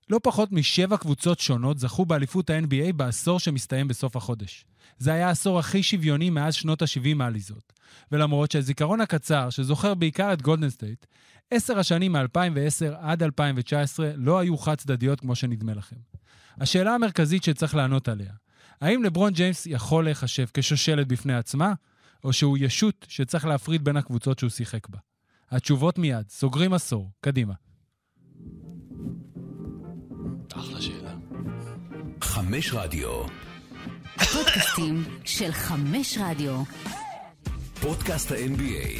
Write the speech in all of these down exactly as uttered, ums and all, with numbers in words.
לא פחות משבע קבוצות שונות זכו באליפות ה-אן בי איי בעשור שמסתיים בסוף החודש. זה היה העשור הכי שוויוני מאז שנות ה-שבעים מעליזות. ולמרות שהזיכרון הקצר, שזוכר בעיקר את גולדן סטייט, עשר השנים מ-אלפיים ועשר עד אלפיים תשע עשרה לא היו חד צדדיות כמו שנדמה לכם. השאלה המרכזית שצריך לענות עליה, האם לברון ג'יימס יכול להיחשב כשושלת בפני עצמה, או שהוא ישות שצריך להפריד בין הקבוצות שהוא שיחק בה? התשובות מיד, סוגרים עשור, קדימה. אחלה שאלה. חמש רדיו. פודקאסטים של חמש רדיו. פודקאסט ה-אן בי איי.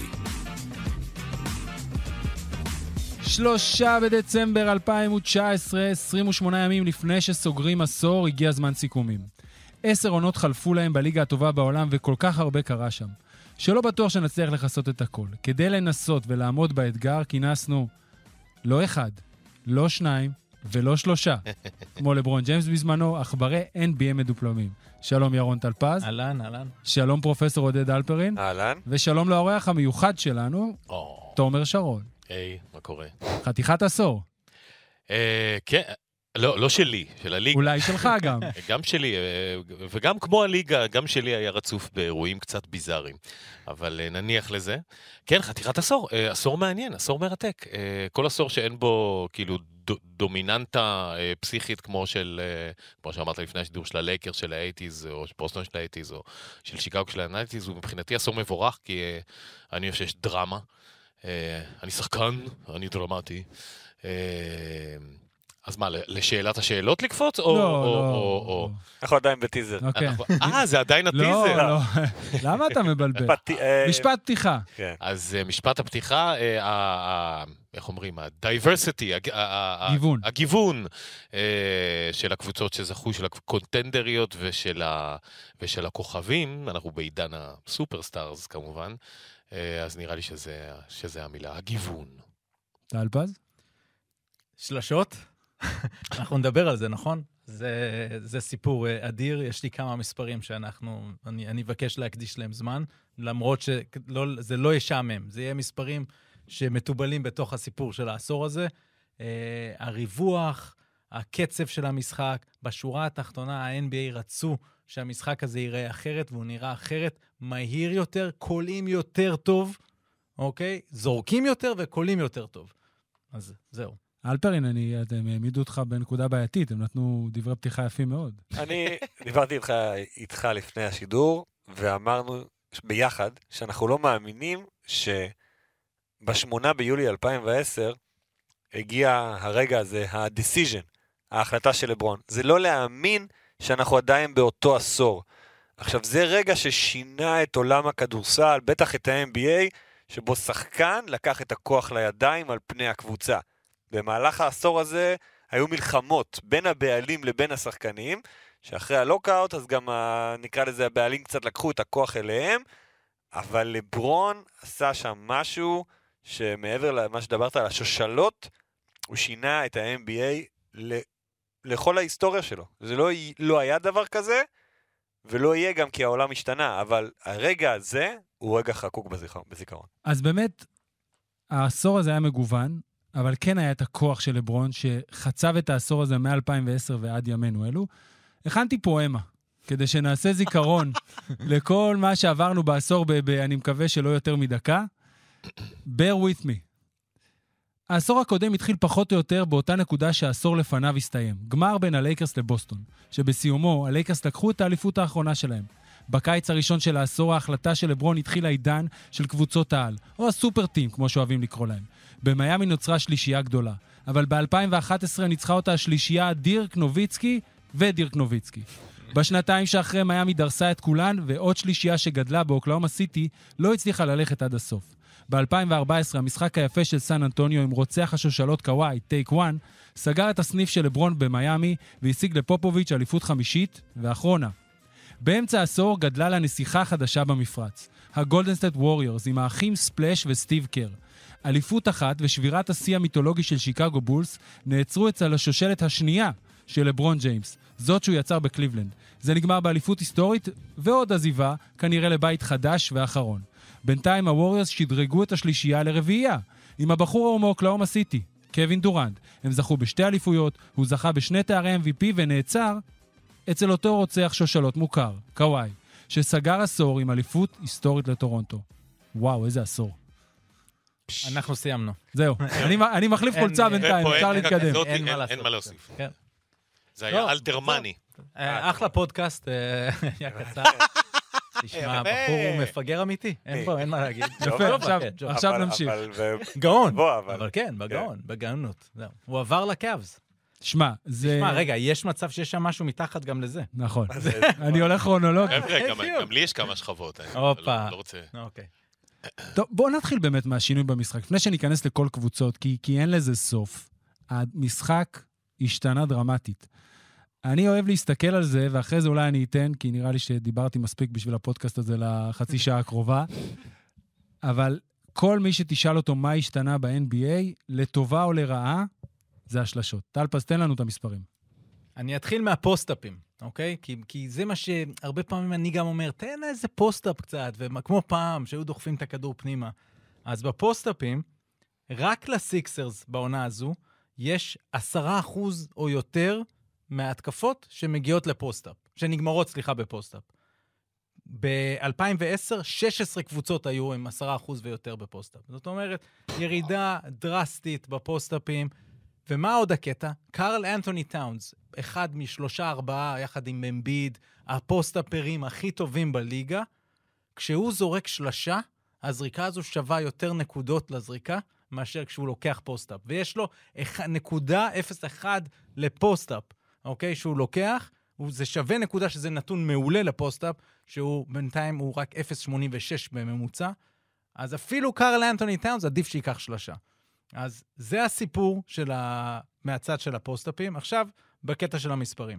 שלושה בדצמבר אלפיים תשע עשרה, עשרים ושמונה ימים לפני שסוגרים עשור, הגיע זמן סיכומים. עשר עונות חלפו להם בליגה הטובה בעולם וכל כך הרבה קרה שם. שלא בטוח שנצליח לחסות את הכל. כדי לנסות ולעמוד באתגר, כינסנו לא אחד, לא שניים ולא שלושה. כמו לברון ג'יימס בזמנו, עכברי אן בי איי מדופלמים. שלום ירון טלפז. אהלן, אהלן. שלום פרופסור עודד אלפרין. אהלן. ושלום לאורח המיוחד שלנו, תומר שרון. היי, מה קורה? חתיכת עשור. כן, לא, לא שלי, של הליגה. אולי שלך גם. גם שלי, וגם כמו הליגה, גם שלי היה רצוף באירועים קצת ביזאריים. אבל נניח לזה. כן, חתיכת עשור, עשור מעניין, עשור מרתק. כל עשור שאין בו, כאילו, דומיננטה פסיכית כמו של, כמו שאמרת לפני השידור של הלייקר של ה-שמונים, או של בוסטון של ה-שמונים, או של שיקגו של ה-תשעים, הוא מבחינתי עשור מבורך, כי אני חושב שיש דרמה. אני שחקן, אני דרמטי. אז מה, לשאלת השאלות לקפוץ? לא, לא. אנחנו עדיין בטיזר. אה, זה עדיין הטיזר. לא, לא. למה אתה מבלבל? משפט פתיחה. אז משפט הפתיחה, איך אומרים, ה-diversity, הגיוון של הקבוצות שזכו, של הקונטנדריות ושל הכוכבים, אנחנו בעידן הסופרסטארס כמובן, אז נראה לי שזה, שזה המילה, הגיוון. טלפז? שלשות? אנחנו נדבר על זה, נכון? זה, זה סיפור אדיר, יש לי כמה מספרים שאנחנו, אני, אני אבקש להקדיש להם זמן, למרות שזה לא ישעמם, זה יהיה מספרים שמטובלים בתוך הסיפור של העשור הזה, הריווח, הקצב של המשחק, בשורה התחתונה ה-אן בי איי רצו שהמשחק הזה ייראה אחרת, והוא נראה אחרת, מהיר יותר, קולים יותר טוב, אוקיי? זורקים יותר וקולים יותר טוב. אז זהו. אלפרין, אני, הם העמידו אותך בנקודה בעייתית, הם נתנו דברי פתיחה יפים מאוד. אני דיברתי איתך, איתך לפני השידור, ואמרנו ביחד שאנחנו לא מאמינים שבשמונה ביולי אלפיים ועשר הגיע הרגע הזה, ה-decision, ההחלטה של לברון. זה לא להאמין שאנחנו עדיין באותו עשור. עכשיו, זה רגע ששינה את עולם הכדורסל, בטח את ה-אן בי איי, שבו שחקן לקח את הכוח לידיים על פני הקבוצה. במהלך העשור הזה היו מלחמות בין הבעלים לבין השחקנים, שאחרי הלוקאוט, אז גם ה, נקרא לזה הבעלים קצת לקחו את הכוח אליהם, אבל לברון עשה שם משהו שמעבר למה שדברת על השושלות, הוא שינה את ה-אן בי איי ל... לכל ההיסטוריה שלו. זה לא, לא היה דבר כזה, ולא יהיה גם כי העולם השתנה, אבל הרגע הזה הוא רגע חקוק בזיכרון. אז באמת, העשור הזה היה מגוון, אבל כן היה את הכוח של לברון, שחצב את העשור הזה מ-אלפיים ועשר ועד ימינו אלו. הכנתי פואמה, כדי שנעשה זיכרון לכל מה שעברנו בעשור, ב- ב- אני מקווה שלא יותר מדקה. Bear with me. העשור הקודם התחיל פחות או יותר באותה נקודה שהעשור לפניו הסתיים. גמר בין הלייקרס לבוסטון, שבסיומו הלייקרס לקחו את האליפות האחרונה שלהם. בקיץ הראשון של העשור ההחלטה של לברון התחילה עידן של קבוצות העל, או הסופר טים, כמו שאוהבים לקרוא להם. במיימי נוצרה שלישייה גדולה, אבל ב-אלפיים ואחת עשרה ניצחה אותה השלישייה דירק נוביצקי ודירק נוביצקי. בשנתיים שאחרי מיימי דרסה את כולן, ועוד שלישייה שגדלה באוקלאומה סיטי לא הצליחה ללכת עד הסוף. ב-אלפיים וארבע עשרה המשחק היפה של סן אנטוניו עם רוצח השושלות קוואי, טייק וואן, סגר את הסניף של לברון במיימי והשיג לפופוביץ' אליפות חמישית ואחרונה. באמצע העשור גדלה לנסיכה חדשה במפרץ, הגולדן סטייט ווריורס עם האחים ספלש וסטיב קר. אליפות אחת ושבירת השיא המיתולוגי של שיקגו בולס נעצרו אצל השושלת השנייה של לברון ג'יימס, זאת שהוא יצר בקליבלנד. זה נגמר באליפות היסטורית ועוד עזיבה, כנראה לבית חדש ואחרון. בינתיים הווריורס שדרגו את השלישייה לרביעייה, עם הבחור מאוקלאומה סיטי, קווין דורנט. הם זכו בשתי אליפויות, הוא זכה בשני תארי אם וי פי ונעצר אצל אותו רוצח שושלות מוכר, קוואי, שסגר עשור עם אליפות היסטורית לטורונטו. וואו, איזה עשור. אנחנו סיימנו. זהו, אני, אני מחליף חולצה בינתיים, אפשר להתקדם. אין מה לעשות. אין מה להוסיף. זה היה אלתרמני. אחלה פודקאסט, היה קצר. תשמע, הבחור הוא מפגר אמיתי, אין פה, אין מה להגיד. יפה, עכשיו נמשיך. גאון, אבל כן, בגאון, בגאונות. הוא עבר לקאבס. שמע, זה... תשמע, רגע, יש מצב שיש שם משהו מתחת גם לזה. נכון. אני הולך כרונולוגי. גם לי יש כמה שכבות. הופה. לא רוצה... אוקיי. טוב, בואו נתחיל באמת מהשינוי במשחק. לפני שניכנס לכל קבוצות, כי, כי אין לזה סוף. המשחק השתנה דרמטית. אני אוהב להסתכל על זה, ואחרי זה אולי אני אתן, כי נראה לי שדיברתי מספיק בשביל הפודקאסט הזה לחצי שעה הקרובה. אבל כל מי שתשאל אותו מה השתנה ב-אן בי איי, לטובה או לרעה, זה השלשות. טלפז, תן לנו את המספרים. אני אתחיל מהפוסט-אפים, אוקיי? כי, כי זה מה שהרבה פעמים אני גם אומר, תן איזה פוסט-אפ קצת, וכמו פעם שהיו דוחפים את הכדור פנימה. אז בפוסט-אפים, רק לסיקסרס בעונה הזו, יש עשרה אחוז או יותר מההתקפות שמגיעות לפוסט-אפ, שנגמרות, סליחה, בפוסט-אפ. ב-אלפיים ועשר, שש עשרה קבוצות היו עם עשרה אחוז ויותר בפוסט-אפ. זאת אומרת, ירידה דרסטית בפוסט-אפים. ומה עוד הקטע? קארל אנתוני טאונס, אחד משלושה ארבעה, יחד עם אמביד, הפוסט-אפרים הכי טובים בליגה, כשהוא זורק שלשה, הזריקה הזו שווה יותר נקודות לזריקה, מאשר כשהוא לוקח פוסט-אפ. ויש לו נקודה אפס אחת לפוסט-אפ, אוקיי? שהוא לוקח, זה שווה נקודה שזה נתון מעולה לפוסט-אפ, שהוא בינתיים הוא רק אפס נקודה שמונים ושש בממוצע, אז אפילו קארל אנתוני טאונס עדיף שיקח שלשה. אז זה הסיפור של ה... מהצד של הפוסט-אפים. עכשיו, בקטע של המספרים.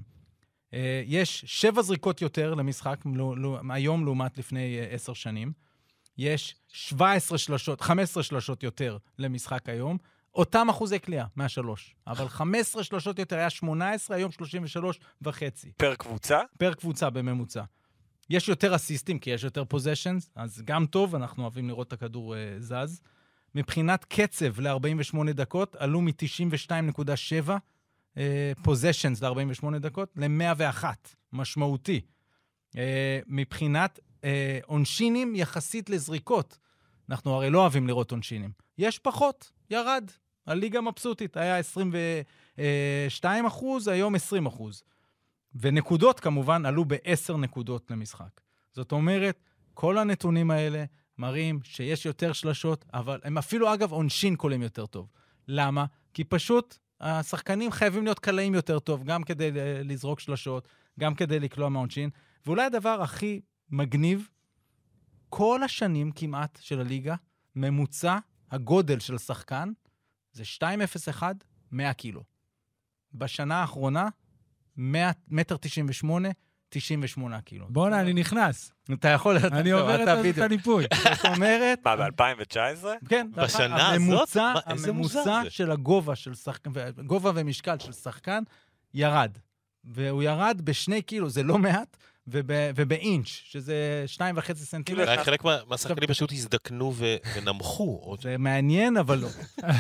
יש שבע זריקות יותר למשחק, היום לעומת לפני עשר שנים. יש שבע עשרה שלשות, חמש עשרה שלשות יותר למשחק היום. אותם אחוזי קליעה, מהשלוש. אבל חמש עשרה שלשות יותר היה שמונה עשרה, היום שלושים ושלוש וחצי. פר קבוצה? פר קבוצה בממוצע. יש יותר אסיסטים, כי יש יותר פוזיישנס, אז גם טוב, אנחנו אוהבים לראות את הכדור uh, זז. מבחינת קצב ל-ארבעים ושמונה דקות, עלו מ-תשעים ושתיים נקודה שבע פוזיישנס ל-ארבעים ושמונה דקות, ל-מאה ואחת, משמעותי. Uh, מבחינת uh, עונשינים יחסית לזריקות, אנחנו הרי לא אוהבים לראות עונשינים. יש פחות, ירד. הליגה מבסוטית, היה עשרים ושתיים אחוז, היום עשרים אחוז. ונקודות כמובן עלו ב-עשר נקודות למשחק. זאת אומרת, כל הנתונים האלה מראים שיש יותר שלשות, אבל הם אפילו אגב עונשין קולים יותר טוב. למה? כי פשוט השחקנים חייבים להיות קלעים יותר טוב, גם כדי לזרוק שלשות, גם כדי לקלוע מהעונשין. ואולי הדבר הכי מגניב, כל השנים כמעט של הליגה, ממוצע הגודל של שחקן, זה שתיים אפס אחת, מאה קילו. בשנה האחרונה, מטר תשעים ושמונה, תשעים ושמונה קילו. בוא'נה, אני נכנס. אתה יכול... אני עובר את הניפוי. זאת אומרת... מה, ב-אלפיים תשע עשרה? כן. בשנה הזאת? הממוצע של הגובה של שחקן, גובה ומשקל של שחקן, ירד. והוא ירד בשני קילו, זה לא מעט, ובאינץ', שזה שתיים וחצי סנטימטר. אולי חלק מהשחקנים פשוט הזדקנו ונמחו. זה מעניין, אבל לא.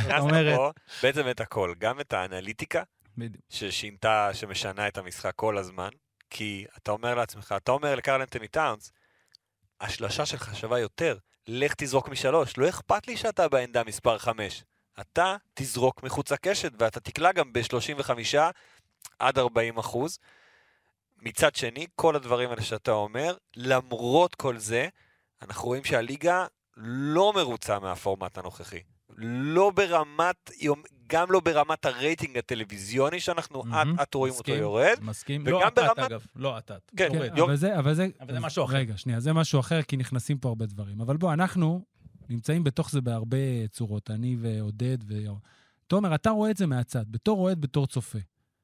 בעצם את הכל, גם את האנליטיקה, ששינתה, שמשנה את המשחק כל הזמן, כי אתה אומר לעצמך, אתה אומר לקארל אנתוני טאונס, השלשה שלך שווה יותר, לך תזרוק משלוש, לא אכפת לי שאתה בעמדה מספר חמש, אתה תזרוק מחוץ הקשת, ואתה תקלע גם ב-שלושים וחמישה עד ארבעים אחוז. מצד שני, כל הדברים האלה שאתה אומר, למרות כל זה, אנחנו רואים שהליגה לא מרוצה מהפורמט הנוכחי. לא ברמת, גם לא ברמת הרייטינג הטלוויזיוני שאנחנו עד רואים אותו יורד. מסכים, לא עתת אגב, לא עתת. כן, אבל זה, אבל זה, אבל זה משהו אחר. רגע, שנייה, זה משהו אחר, כי נכנסים פה הרבה דברים. אבל בוא, אנחנו נמצאים בתוך זה בהרבה צורות, אני ועודד ויור. תומר, אתה רואה את זה מהצד, בתור אוהד, בתור צופה.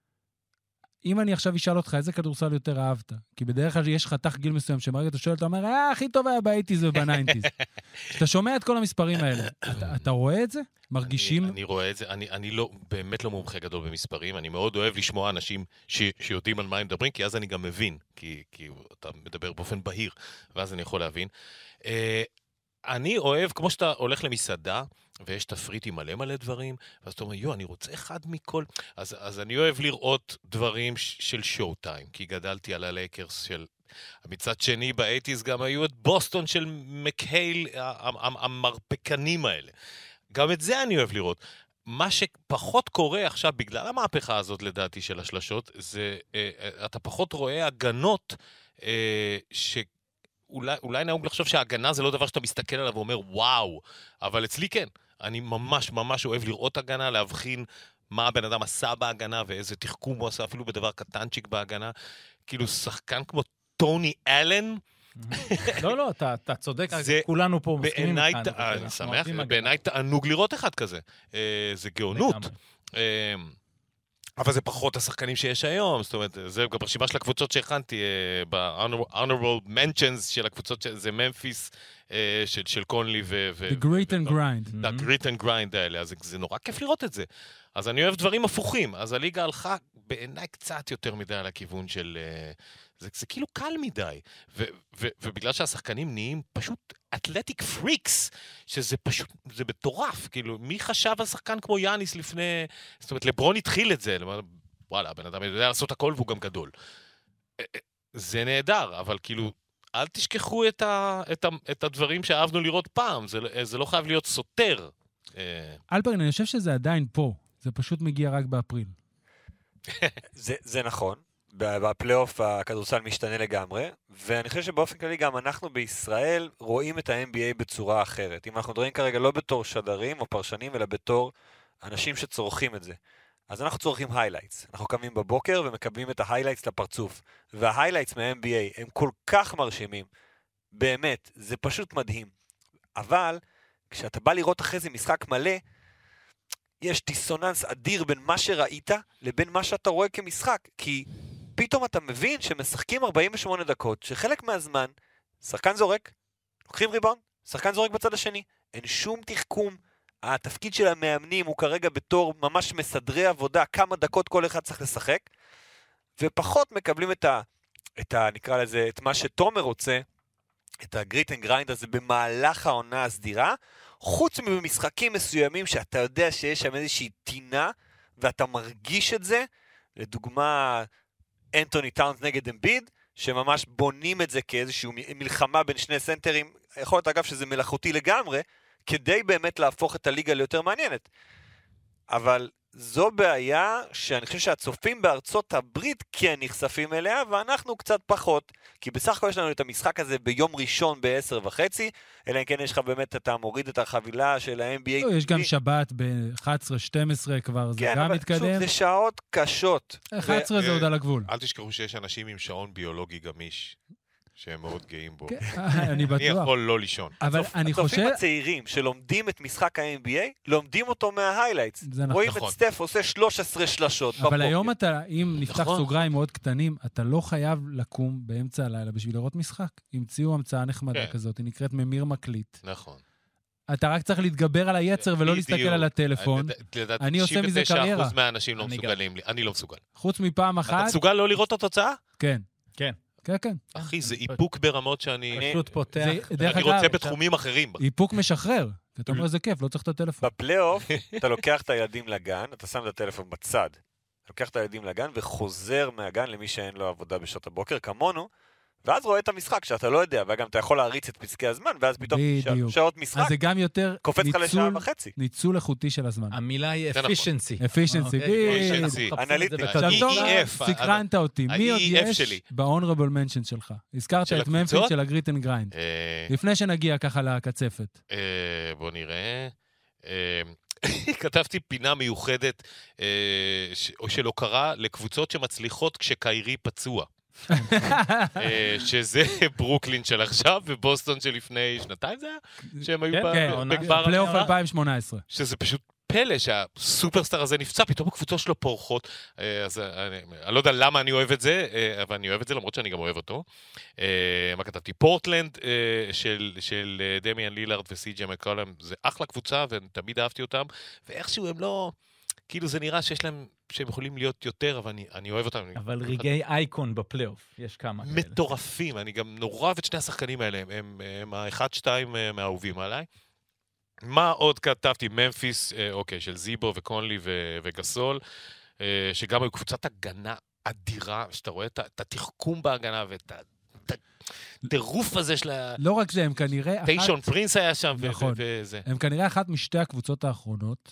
אם אני עכשיו אשאל אותך, איזה כדורסל יותר אהבת? כי בדרך כלל יש חתך גיל מסוים, שמרגע אתה שואל, אתה אומר, אה, הכי טוב היה באייטיז ובניינטיז. אתה שומע את כל המספרים האלה. אתה, אתה רואה את זה? מרגישים? אני, אני רואה את זה. אני, אני לא, באמת לא מומחה גדול במספרים. אני מאוד אוהב לשמוע אנשים ש, שיודעים על מה הם מדברים, כי אז אני גם מבין. כי, כי אתה מדבר באופן בהיר, ואז אני יכול להבין. אני אוהב, כמו שאתה הולך למסעדה, ויש תפריט עם מלא מלא דברים, ואז אתה אומר, יו, אני רוצה אחד מכל... אז, אז אני אוהב לראות דברים ש- של שואו טיים, כי גדלתי על הלייקרס של... מצד שני, ב-שמונים גם היו את בוסטון של מקהיל, המרפקנים האלה. גם את זה אני אוהב לראות. מה שפחות קורה עכשיו, בגלל המהפכה הזאת, לדעתי, של השלשות, זה, אתה פחות רואה הגנות ש... אולי, אולי נהוג לחשוב שההגנה זה לא דבר שאתה מסתכל עליו ואומר, וואו, אבל אצלי כן. אני ממש ממש אוהב לראות הגנה, להבחין מה הבן אדם עשה בהגנה ואיזה תחכום הוא עשה, אפילו בדבר קטנצ'יק בהגנה. כאילו שחקן כמו טוני אלן. לא, לא, אתה, אתה צודק, כולנו פה מסכימים איתך. אני שמח, בעיניי תענוג לראות אחד כזה. זה גאונות. אבל זה פחות השחקנים שיש היום, זאת אומרת, זה גם ברשימה של הקבוצות שהכנתי, ב-honorable mentions של הקבוצות, זה ממפיס של קונלי ו... The great and grind. The great and grind האלה, אז זה נורא כיף לראות את זה. אז אני אוהב דברים הפוכים, אז הליגה הלכה בעיניי קצת יותר מדי על הכיוון של... זה, זה כאילו קל מדי, ו, ו, ובגלל שהשחקנים נהיים פשוט אתלטיק פריקס, שזה פשוט, זה מטורף, כאילו, מי חשב על שחקן כמו יאניס לפני, זאת אומרת, לברון התחיל את זה, וואלה, הבן אדם יודע לעשות הכל והוא גם גדול. זה נהדר, אבל כאילו, אל תשכחו את, ה, את, ה, את הדברים שאהבנו לראות פעם, זה, זה לא חייב להיות סותר. אלפרין, אני חושב שזה עדיין פה, זה פשוט מגיע רק באפריל. זה, זה נכון. בפלייאוף הכדורסל משתנה לגמרי, ואני חושב שבאופן כללי גם אנחנו בישראל רואים את ה-אן בי איי בצורה אחרת. אם אנחנו מדברים כרגע לא בתור שדרים או פרשנים, אלא בתור אנשים שצורכים את זה. אז אנחנו צורכים היילייטס. אנחנו קמים בבוקר ומקבלים את ההיילייטס לפרצוף. וההיילייטס מה-אן בי איי הם כל כך מרשימים. באמת, זה פשוט מדהים. אבל כשאתה בא לראות אחרי זה משחק מלא, יש דיסוננס אדיר בין מה שראית לבין מה שאתה רואה כמשחק. כי פתאום אתה מבין שמשחקים ארבעים ושמונה דקות, שחלק מהזמן, שחקן זורק, לוקחים ריבון, שחקן זורק בצד השני, אין שום תחכום. התפקיד של המאמנים הוא כרגע בתור ממש מסדרי עבודה, כמה דקות כל אחד צריך לשחק, ופחות מקבלים את ה... את ה נקרא לזה, את מה שתומר רוצה, את הגריט אנד גריינד הזה במהלך העונה הסדירה, חוץ ממשחקים מסוימים שאתה יודע שיש שם איזושהי טינה, ואתה מרגיש את זה, לדוגמה, אנטוני טאונס נגד אמביד, שממש בונים את זה כאיזושהי מלחמה בין שני סנטרים, יכול להיות אגב שזה מלאכותי לגמרי, כדי באמת להפוך את הליגה ליותר מעניינת. אבל זו בעיה שאני חושב שהצופים בארצות הברית כן נחשפים אליה, ואנחנו קצת פחות, כי בסך הכל יש לנו את המשחק הזה ביום ראשון ב-עשר וחצי, אלא אם כן יש לך באמת, אתה מוריד את החבילה של ה-אן בי איי. לא, יש גם שבת ב-אחת עשרה שתים עשרה כבר, זה גם מתקדם. כן, אבל זה שעות קשות. אחת עשרה זה עוד על הגבול. אל תשכחו שיש אנשים עם שעון ביולוגי גמיש. שהם מאוד גאים בו. אני בטוח. אני יכול לא לישון. אבל אני חושב... הצופים הצעירים שלומדים את משחק ה-אן בי איי, לומדים אותו מה-highlights. רואים את סטף עושה שלוש עשרה שלשות בבוקר. אבל היום אתה, אם נפתח סוגריים מאוד קטנים, אתה לא חייב לקום באמצע הלילה בשביל לראות משחק. המציאו המצאה נחמדה כזאת, היא נקראת ממיר מקליט. נכון. אתה רק צריך להתגבר על היצר ולא להסתכל על הטלפון. אני עושה מזה קריירה. תשעים ותשעה אחוז מהאנשים לא מסוגלים לי. אני לא מסוגל. חוץ מפעם אחת... אתה מסוגל לא לראות את התוצאה? כן. כן. כן, כן. אחי, זה איפוק ברמות שאני... פשוט פותח. אני רוצה בתחומים אחרים. איפוק משחרר. אתה אומר, זה כיף, לא צריך את הטלפון. בפלייאוף, אתה לוקח את הילדים לגן, אתה שם את הטלפון בצד. אתה לוקח את הילדים לגן וחוזר מהגן למי שאין לו עבודה בשעות הבוקר, כמונו, ואז רואה את המשחק שאתה לא יודע, וגם אתה יכול להריץ את פסקי הזמן, ואז פתאום שעות משחק, אז זה גם יותר קופץ לך לשעה וחצי. ניצול איכותי של הזמן. המילה היא efficiency. efficiency, בדיוק. אנליטי. עכשיו טוב, סקרנת אותי. מי עוד יש ב-honorable mention שלך? הזכרת את ממפיס של הגריט אנד גריינד. לפני שנגיע ככה לקצפת. בוא נראה. כתבתי פינה מיוחדת של הוקרה לקבוצות שמצליחות כשקיירי פצוע. שזה ברוקלין של עכשיו ובוסטון של לפני שנתיים זה היה? שהם היו בגמר פלייאוף אלפיים שמונה עשרה. שזה פשוט פלא שהסופרסטאר הזה נפצע, פתאום הקבוצות שלו פורחות, אז אני לא יודע למה אני אוהב את זה, אבל אני אוהב את זה למרות שאני גם אוהב אותו. מה כתבתי? פורטלנד של דמיאן לילארד וסי.ג'יי מקולם, זה אחלה קבוצה ותמיד אהבתי אותם, ואיכשהו הם לא... כאילו זה נראה שיש להם, שהם יכולים להיות יותר, אבל אני, אני אוהב אותם. אבל רגעי אייקון בפלייאוף, יש כמה כאלה. מטורפים, אני גם נורא אוהב את שני השחקנים האלה, הם, הם, הם האחד, שתיים מהאהובים עליי. מה עוד כתבתי? ממפיס, אוקיי, של זיבו וקונלי וגסול, שגם היו קבוצת הגנה אדירה, שאתה רואה את התחכום בהגנה ואת הטירוף הזה של ה... לא רק זה, הם כנראה... טיישון פרינס היה שם נכון. וזה. הם כנראה אחת משתי הקבוצות האחרונות,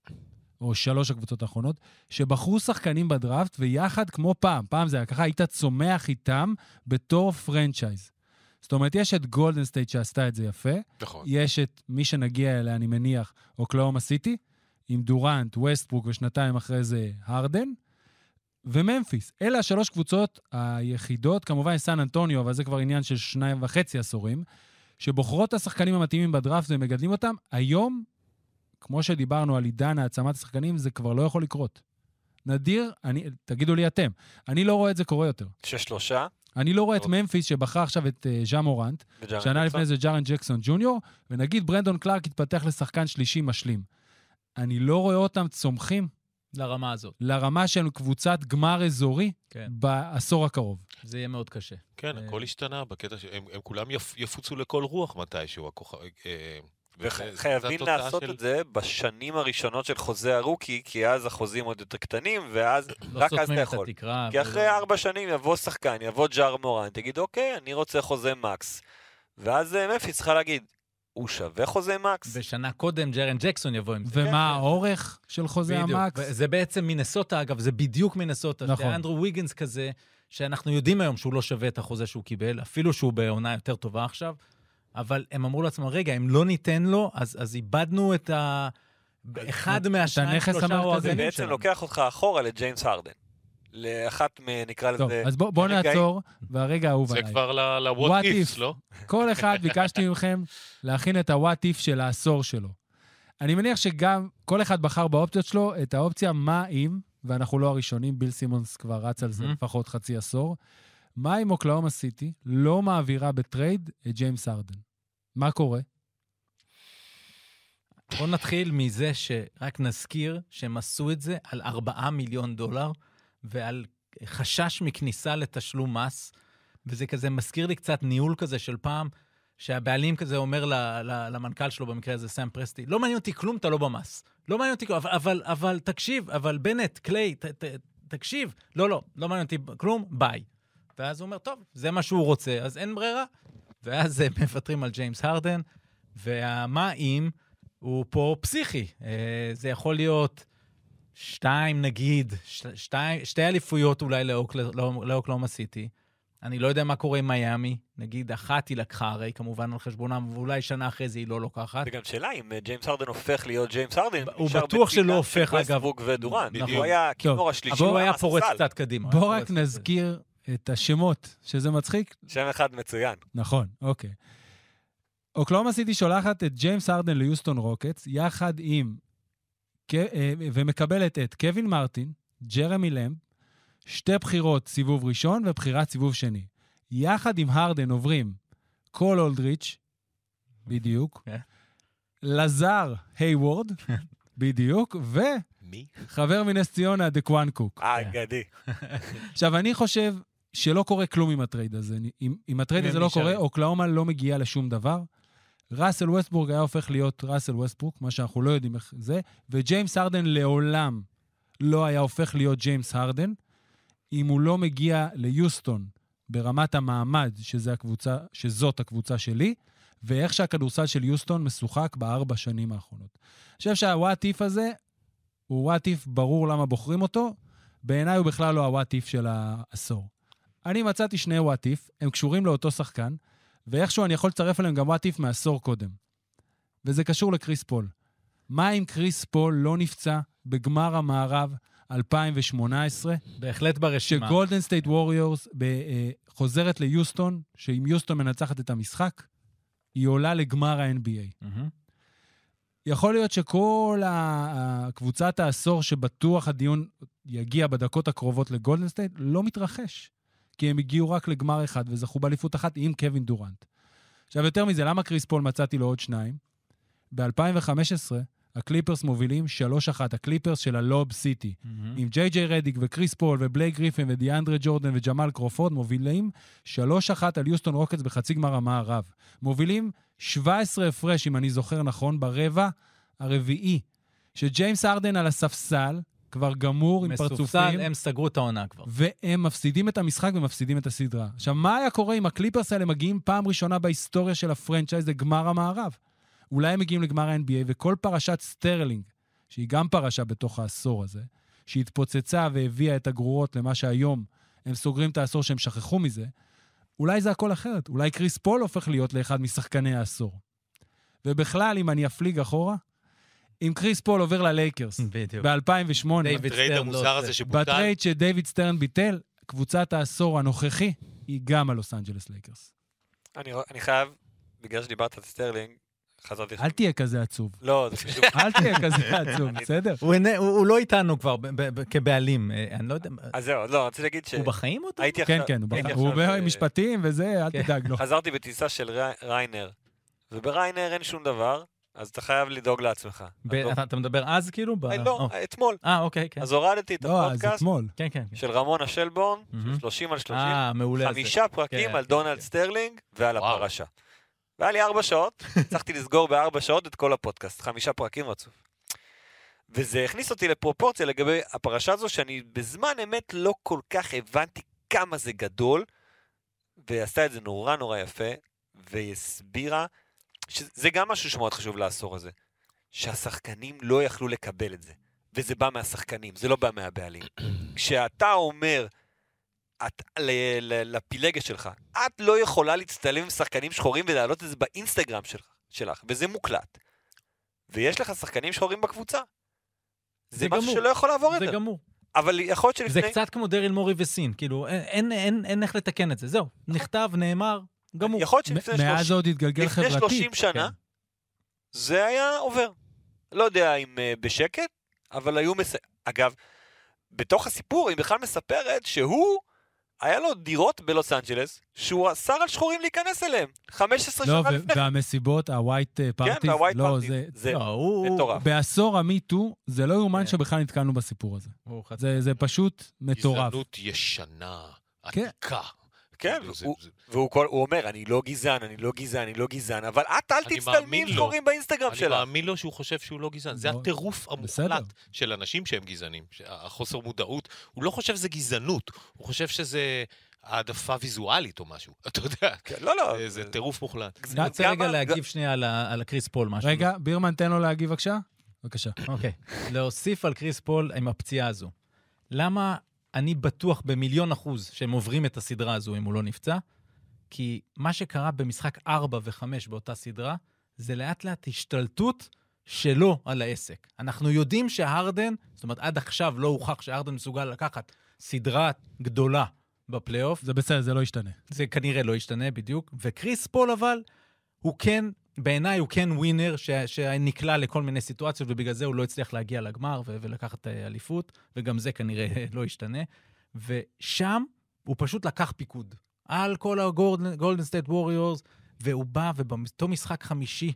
או שלוש הקבוצות האחרונות, שבחרו שחקנים בדראפט, ויחד כמו פעם, פעם זה היה ככה, היית צומח איתם בתור פרנצ'ייז. זאת אומרת, יש את גולדן סטייט שעשתה את זה יפה, נכון. יש את מי שנגיע אליה, אני מניח, אוקלאומה סיטי, עם דורנט, ווסטברוק ושנתיים אחרי זה הרדן, וממפיס. אלה השלוש קבוצות היחידות, כמובן סן אנטוניו, אבל זה כבר עניין של שניים וחצי עשורים, שבוחרות את השחקנים המתאימים בדראפט ומגדלים אותם. היום, כמו שדיברנו על עידן העצמת השחקנים, זה כבר לא יכול לקרות. נדיר, אני, תגידו לי אתם, אני לא רואה את זה קורה יותר. ששלושה. אני לא רואה את ממפיס שבחר עכשיו את uh, ז'ה מורנט, שנה לפני זה ג'ארן ג'קסון ג'וניור, ונגיד ברנדון קלארק התפתח לשחקן שלישי משלים. אני לא רואה אותם צומחים לרמה הזאת. לרמה של קבוצת גמר אזורי כן. בעשור הקרוב. זה יהיה מאוד קשה. כן, הכל השתנה בקטע שהם הם כולם יפ, יפוצו לכל רוח מתישהו. הכוח, אה, וחייבים לעשות של... את זה בשנים הראשונות של חוזה הרוקי, כי אז החוזים עוד יותר קטנים, ואז לא רק אז אתה יכול. התקרה, כי אחרי ארבע שנים יבוא שחקן, יבוא ג'אר מורן, תגיד, אוקיי, אני רוצה חוזה מקס. ואז ממפיס צריכה להגיד, הוא שווה חוזה מקס. ושנה קודם ג'רן ג'קסון יבוא עם זה. ומה האורך של חוזה המקס? זה בעצם מינסוטה, אגב, זה בדיוק מינסוטה. נכון. זה אנדרו ויגנס כזה, שאנחנו יודעים היום שהוא לא שווה את החוזה שהוא קיבל, אפילו שהוא בעונה יותר טובה עכשיו, אבל הם אמרו לעצמם, רגע, אם לא ניתן לו, אז, אז איבדנו את ה... אחד מהשניים, שלושה או זה בעצם לוקח אותך אחורה לג'יימס הרדן. לאחת נקרא לזה... טוב, אז בוא, בוא נעצור, והרגע האהוב עליי. זה כבר ל-what ifs, לא? כל אחד ביקשתי מכם להכין את ה-what if של העשור שלו. אני מניח שגם כל אחד בחר באופציות שלו את האופציה מה אם, ואנחנו לא הראשונים, ביל סימונס כבר רץ על זה לפחות חצי עשור, מה אם אוקלאומה סיטי לא מעבירה בטרייד את ג'יימס הרדן? מה קורה? בוא נתחיל מזה שרק נזכיר שהם עשו את זה על ארבעה מיליון דולר, ועל חשש מכניסה לתשלום מס, וזה כזה מזכיר לי קצת ניהול כזה של פעם, שהבעלים כזה אומר למנכ"ל שלו, במקרה הזה סם פרסטי, לא מעניין אותי כלום, אתה לא במס. לא מעניין אותי כלום, אבל, אבל, אבל תקשיב, אבל בנט, קליי, ת, ת, תקשיב. לא, לא, לא מעניין אותי כלום, ביי. ואז הוא אומר, טוב, זה מה שהוא רוצה, אז אין ברירה. ואז הם מוותרים על ג'יימס הרדן, והמה אם הוא פה פסיכי. זה יכול להיות שתיים, נגיד, שתי, שתי אליפויות אולי לאוקלאומה סיטי. אני לא יודע מה קורה עם מיאמי. נגיד, אחת היא לקחה הרי, כמובן על חשבונם, ואולי שנה אחרי זה היא לא לוקחת. וגם שאלה, אם ג'יימס הרדן הופך להיות ג'יימס הרדן, הוא בטוח שלא הופך, אגב. ודורן. הוא היה כינור השלישי. הוא היה פורץ קצת קדימה. בוא רק נזכיר את השמות, שזה מצחיק. שם אחד מצוין. נכון, אוקיי. אוקלאומה סיטי שולחת את ג'יימס הרדן ליוסטון רוקטס, יחד עם, ומקבלת את קווין מרטין, ג'רמי למב, שתי בחירות סיבוב ראשון ובחירת סיבוב שני. יחד עם הרדן עוברים קול אולדריץ', בדיוק, לזר היוורד, בדיוק, וחבר מנס ציונה דקואן קוק. אה, גדי. עכשיו, אני חושב שלא קורה כלום עם הטרייד הזה. אם, אם הטרייד הזה לא קורה, אוקלאומה לא מגיעה לשום דבר. ראסל ווסטברוק היה הופך להיות ראסל ווסטברוק, מה שאנחנו לא יודעים איך זה, וג'יימס הרדן לעולם לא היה הופך להיות ג'יימס הרדן, אם הוא לא מגיע ליוסטון ברמת המעמד, שזה הקבוצה, שזאת הקבוצה שלי, ואיך שהכדורסל של יוסטון משוחק בארבע שנים האחרונות. אני חושב שהוואט איף הזה, הוא וואט איף ברור למה בוחרים אותו, בעיניי הוא בכלל לא הוואט איף של העשור. אני מצאתי שני וואט איף, הם קשורים לאותו שחקן, ואיכשהו אני יכול לצרף עליהם גם וואט איף מעשור קודם. וזה קשור לקריס פול. מה אם קריס פול לא נפצע בגמר המערב אלפיים שמונה עשרה? בהחלט ברשימה. שגולדן סטייט ווריורס חוזרת ליוסטון, שאם יוסטון מנצחת את המשחק, היא עולה לגמר ה-אן בי איי. Mm-hmm. יכול להיות שכל הקבוצת העשור שבטוח הדיון יגיע בדקות הקרובות לגולדן סטייט, לא מתרחש. כי הם הגיעו רק לגמר אחד וזכו באליפות אחת עם קווין דורנט. עכשיו, יותר מזה, למה קריס פול מצאתי לו עוד שניים? ב-אלפיים וחמש עשרה, הקליפרס מובילים שלוש אחת, הקליפרס של הלוב סיטי, mm-hmm. עם ג'יי ג'יי רדיק וקריס פול ובלייק גריפין ודיאנדרה ג'ורדן וג'מאל קרופורד, מובילים שלוש אחת על יוסטון רוקטס בחצי גמר המערב. מובילים שבע עשרה הפרש, אם אני זוכר נכון, ברבע הרביעי, שג'יימס הרדן על הספסל, כבר גמור עם פרצופים. מסופסל, הם סגרו את העונה כבר. והם מפסידים את המשחק ומפסידים את הסדרה. עכשיו, מה היה קורה אם הקליפרס האלה מגיעים פעם ראשונה בהיסטוריה של הפרנצ'ייז לגמר המערב? אולי הם מגיעים לגמר ה-אן בי איי, וכל פרשת סטרלינג, שהיא גם פרשה בתוך העשור הזה, שהתפוצצה והביאה את הגרורות למה שהיום הם סוגרים את העשור שהם שכחו מזה, אולי זה הכל אחרת. אולי קריס פול הופך להיות לאחד משחקני העשור. ובכלל, אם אני אפליג אחורה, אם קריס פול עובר ללייקרס ב-אלפיים ושמונה, בטרייד המוזר הזה שבוטל. בטרייד שדייוויד סטרן ביטל, קבוצת העשור הנוכחי היא גם הלוס אנג'לס לייקרס. אני, אני חייב, בגלל שדיברת על סטרלינג, חזרתי... אל תהיה כזה עצוב. לא, זה פשוט... אל תהיה כזה עצוב, בסדר? הוא לא איתנו כבר כבעלים, אני לא יודע... אז זהו, לא, רציתי להגיד ש... הוא בחיים אותו? כן, כן, הוא במשפטים וזה, אל תדאג לו. חזרתי בטיסה של ריינר, ובריינר אין שום דבר, אז אתה חייב לדאוג לעצמך. אתה מדבר אז כאילו? לא, אתמול. אה, אוקיי, כן. אז הורדתי את הפודקאסט של רמון השלבורן, של שלושים על שלושים, חמישה פרקים על דונלד סטרלינג ועל הפרשה. והיה לי ארבע שעות, הצלחתי לסגור בארבע שעות את כל הפודקאסט, חמישה פרקים רצוף. וזה הכניס אותי לפרופורציה לגבי הפרשה הזו, שאני בזמן אמת לא כל כך הבנתי כמה זה גדול, ועשתה את זה נורא נורא יפה, והסבירה, שזה גם משהו שמאוד חשוב לעשור הזה, שהשחקנים לא יכלו לקבל את זה, וזה בא מהשחקנים, זה לא בא מהבעלים. כשאתה אומר, את, ל, ל, לפילגה שלך, את לא יכולה להצטלם עם שחקנים שחורים ולהעלות את זה באינסטגרם שלך, שלך, וזה מוקלט. ויש לך שחקנים שחורים בקבוצה. זה, זה משהו גמור. שלא יכול לעבור את זה. זה גמור. אבל יכול להיות שלפני... זה קצת כמו דריל מורי וסין, כאילו, אין, אין, אין, אין איך לתקן את זה, זהו, נכתב, נאמר, גמור. יכול להיות שלפני מאז זה עוד התגלגל חברתית. לפני שלושים שנה, זה היה עובר. לא יודע אם בשקט, אבל היו מס... אגב, בתוך הסיפור היא בכלל מספרת שהוא, היה לו דירות בלוס אנג'לס, שהוא אסר על שחורים להיכנס אליהם. חמש עשרה שנה לפני. והמסיבות, הווייט פארטיז, כן, והווייט פארטיז, זה מטורף. בעשור המיטו, זה לא יאומן שבכלל נתקלנו בסיפור הזה. זה פשוט מטורף. גזענות ישנה, עתיקה. כן, והוא אומר, אני לא גזען, אני לא גזען, אני לא גזען, אבל את אל תצטלמי עם שחורים באינסטגרם שלה. אני מאמין לו שהוא חושב שהוא לא גזען. זה הטירוף המוחלט של אנשים שהם גזענים. החוסר מודעות, הוא לא חושב שזה גזענות, הוא חושב שזה העדפה ויזואלית או משהו. אתה יודע, לא, לא. זה טירוף מוחלט. אני רוצה רגע להגיב שנייה על הקריס פול משהו. רגע, בירמן, תן לו להגיב בבקשה. בבקשה. אוקיי. להוסיף על קריס פול עם הפציעה הזו. למה... אני בטוח במיליון אחוז שהם עוברים את הסדרה הזו אם הוא לא נפצע, כי מה שקרה במשחק ארבע וחמש באותה סדרה, זה לאט לאט השתלטות שלו על העסק. אנחנו יודעים שהרדן, זאת אומרת עד עכשיו לא הוכח שהרדן מסוגל לקחת סדרה גדולה בפלייאוף. זה בסדר, זה לא ישתנה. זה כנראה לא ישתנה בדיוק, וקריס פול אבל, הוא כן, בעיניי הוא כן ווינר ש- שנקלע לכל מיני סיטואציות, ובגלל זה הוא לא הצליח להגיע לגמר ו- ולקחת אליפות, וגם זה כנראה לא ישתנה. ושם הוא פשוט לקח פיקוד על כל הגולדן סטייט ווריורס, והוא בא ובאותו משחק חמישי,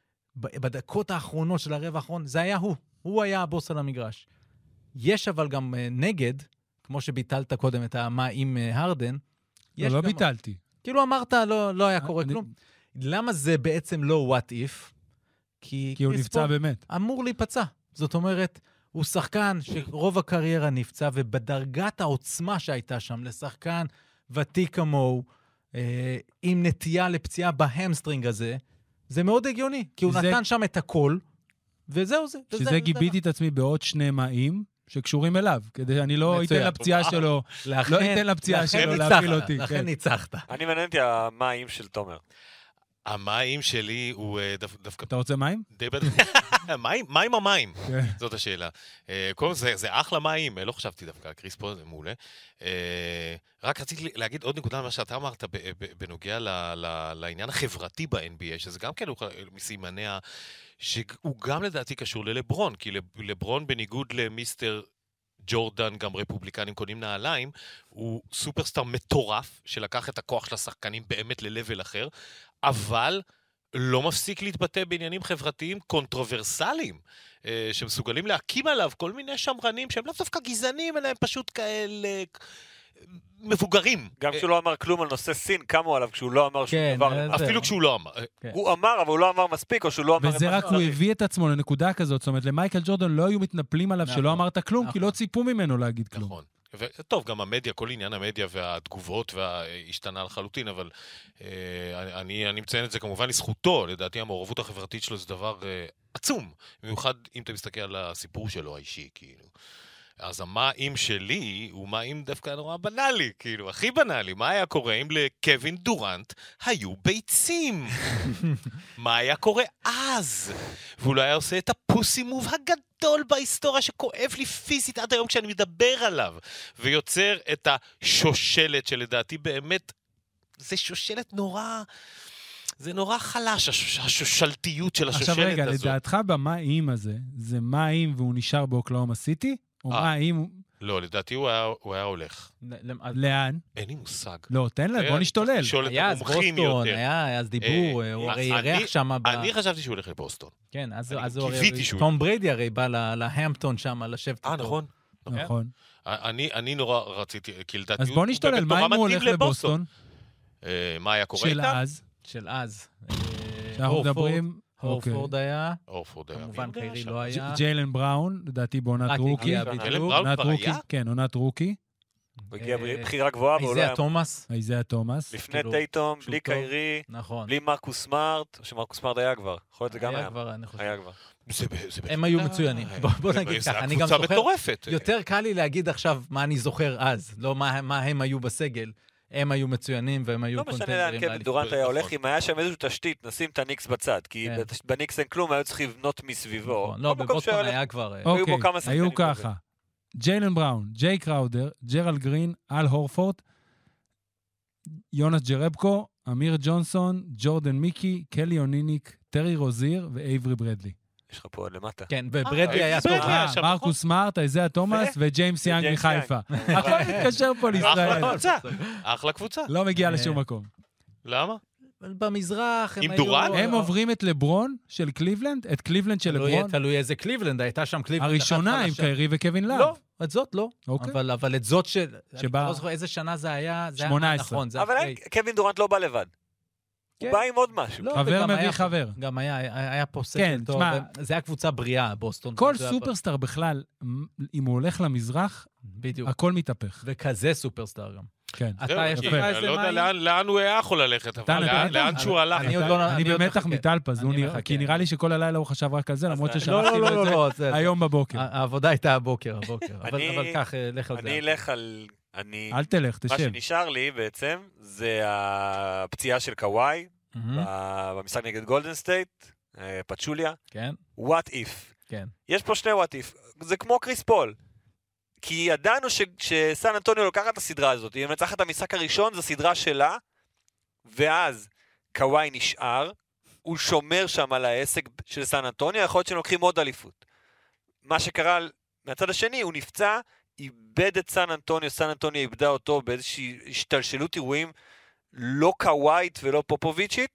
בדקות האחרונות של הרבע האחרון, זה היה הוא. הוא היה הבוס על המגרש. יש אבל גם נגד, כמו שביטלת קודם את המה עם הרדן. לא, לא ביטלתי. כאילו אמרת, לא, לא היה קורה כלום. למה זה בעצם לא what if? כי, כי הוא נפצע באמת. אמור להיפצע. זאת אומרת, הוא שחקן שרוב הקריירה נפצע, ובדרגת העוצמה שהייתה שם לשחקן ותיק כמוהו, אה, עם נטייה לפציעה בהמסטרינג הזה, זה מאוד הגיוני, כי הוא שזה... נתן שם את הכל, וזהו זה. שזה וזה, גיביתי וזה. את עצמי בעוד שני מים, שקשורים אליו, כדי אני לא אתן לפציעה שלו, לא אתן לפציעה שלו להפיל אותי. לכן ניצחת. אני מעניין אותי המים של תומר. המים שלי הוא דווקא... אתה רוצה מים? מים? מים או מים? זאת השאלה. קודם זה, זה אחלה מים, לא חשבתי דווקא, קריס פול זה מעולה. רק רציתי להגיד עוד נקודה מה שאתה אמרת בנוגע לעניין החברתי ב-אן בי איי, שזה גם כן מסימניה, שהוא גם לדעתי קשור ללברון, כי לברון בניגוד למיסטר ג'ורדן, גם רפובליקנים קונים נעליים, הוא סופרסטאר מטורף, שלקח את הכוח של השחקנים באמת ללבל אחר, אבל לא מפסיק להתבטא בעניינים חברתיים קונטרוברסליים, שמסוגלים להקים עליו כל מיני שמרנים, שהם לא דווקא גזענים, אלא הם פשוט כאלה מבוגרים. גם כשהוא לא אמר כלום על נושא סין, קמו עליו כשהוא לא אמר שום כן, דבר. אה, אפילו זהו. כשהוא לא אמר. כן. הוא אמר, אבל הוא לא אמר מספיק, או שהוא לא אמר... את וזה מה רק הוא שצריך. הביא את עצמו לנקודה כזאת, זאת אומרת, למייקל ג'ורדן לא היו מתנפלים עליו נכון. שלא אמרת כלום, כי נכון. לא ציפו ממנו להגיד כלום. נכון. וטוב, גם המדיה, כל עניין המדיה והתגובות השתנה לחלוטין, אבל אה, אני, אני מציין את זה כמובן לזכותו, לדעתי המעורבות החברתית שלו זה דבר אה, עצום, במיוחד אם אתה מסתכל על הסיפור שלו האישי, כאילו. אז מה אם שלי הוא מה אם דווקא נורא בנאלי, כאילו, הכי בנאלי, מה היה קורה אם לקווין דורנט היו ביצים? מה היה קורה אז? והוא לא היה עושה את הפוסי מוב הגדול בהיסטוריה שכואב לי פיזית עד היום כשאני מדבר עליו, ויוצר את השושלת שלדעתי באמת, זה שושלת נורא... זה נורא חלש, הש... השושלתיות של השושלת עכשיו הזאת. רגע, לדעתך במה אם הזה, זה מה אם והוא נשאר באוקלאומה סיטי? או אה. מה אם הוא... לא, לדעתי הוא היה, הוא היה הולך. לאן? אין לי מושג. לא, תן לה, בוא נשתולל. לשאול את היה אז המומחים בוסטון, יותר. היה אז דיבור, אה, הוא אז הרי אני- אירח שם... ב- אני חשבתי שהוא הולך לבוסטון. כן, אז אני אז הוא קיוויתי הרי... שהוא- תום בריידי הרי בא ל- להמפטון שם, לשבת אה, איתו. נכון. נכון. אני, אני נורא רציתי, כי לדעתי... אז בוא נשתולל, מה אם הוא הולך לבוסטון? אה, מה היה קורה של איתם? אז? של אז. שאנחנו הורפורד- מדברים... הורפורד היה, אורפורד היה. כמובן מי יודע קיירי שם? לא היה. ג'יילן בראון, לדעתי בעונת רק רוקי. הגיע ג'יילן בדיוק. בראון עונת כבר רוקי, היה? כן, עונת רוקי. הוא הגיע אה, בחירה גבוהה, והוא לא איזיה היה... תומאס, איזיה תומאס. לפני כאילו, טייטום, שהוא בלי טוב. קיירי, נכון. בלי מרקוס סמארט, או שמרקוס סמארט היה כבר. יכול להיות זה גם היה היה. כבר, אני חושב. היה כבר. זה ב- זה הם היו בוודאי. מצוינים. בוא- בוא נגיד זה ככה, אני גם הקבוצה זוכר- מטורפת. יותר קל לי להגיד עכשיו מה אני זוכר אז, לא מה מה הם היו בסגל. הם היו מצוינים והם היו לא משנה לאן קונטנדרים. קווין לאליפות. דורנט היה נכון. הולך, אם היה שם איזושהי תשתית, נשים את הניקס בצד, כי כן. בת- בניקס אין כלום, היו צריכים לבנות מסביבו. נכון. לא, כל מקום שהוא בבוסטון הולך- היה כבר... אה, היו אוקיי, בו כמה שחקנים היו טובים. ככה. ג'יילן בראון, ג'יי קראודר, ג'רל גרין, אל הורפורד, יונס ג'רבקו, אמיר ג'ונסון, ג'ורדן מיקי, קלי אוניניק, טרי רוזיר ואייברי ברדלי. יש לך פה עוד למטה. כן, וברדלי אה, היה ברדלי טוב. היה אה, שם, מרקוס סמארט, איזיה תומאס וג'יימס יאנג וג'יימס מחיפה. הכל מתקשר פה לישראל. אחלה קבוצה. אחלה קבוצה. לא מגיע אה, לשום מקום. למה? אבל במזרח הם עם היו... דורנט? הם עוברים את לברון של קליבלנד, את קליבלנד של תלוי- לברון, תלוי איזה קליבלנד, הייתה שם קליבלנד. אחת הראשונה עם חלשה. קיירי וקווין לאב. לא, את זאת לא. אוקיי. אבל אבל את זאת של... אני שבה- לא זוכר איזה שנה זה היה. זה היה- שמונה עשרה. נכון, זה אבל אחרי. אין- קווין דורנט לא בא לבד. כן. הוא בא עם עוד משהו. לא, חבר וגם מביא היה פה- חבר. גם היה, היה היה פה סגל כן, טוב. תשמע, זה היה קבוצה בריאה, בוסטון. כל זה היה סופרסטאר בכלל, אם הוא הולך למזרח, בדיוק. הכל מתהפך. וכזה סופרסטאר גם. כן. אתה, זהו, יש כי לך אני איזה לא יודע מים? לאן- לאן הוא היה יכול ללכת, אתה אבל נתן לאן- לי? לאן שהוא הלך. אני עוד לא- אני אני עוד במתח מחכה. מטלפז, הוא אני נראה- מחכה. כי נראה לי כל הלילה הוא חשב רק על זה, למרות אז- לא, ששלחתי לא, לו לא, את לא, זה זה- היום בבוקר. העבודה הייתה הבוקר, הבוקר. אבל אני- אבל כך, אה, לך על זה. אני אלך על... אני... אל תלך, מה תשב. שנשאר לי בעצם, זה הפציעה של קוואי, מהמם, ב- במשחק נגד גולדן סטייט, אה, פצ'וליה. כן, what if. כן. יש פה שני what if. זה כמו קריס פול. כי ידענו ש- שסן אנטוניו לוקחת את הסדרה הזאת, היא מנצחת את המשחק הראשון, זו סדרה שלה, ואז קוואי נשאר, הוא שומר שם על העסק של סן אנטוניו, יכול להיות שהם לוקחים עוד אליפות. מה שקרה מהצד השני, הוא נפצע, איבד את סן אנטוניו, סן אנטוניו איבדה אותו באיזושהי השתלשלות אירועים לא קוואית ולא פופוביצ'ית,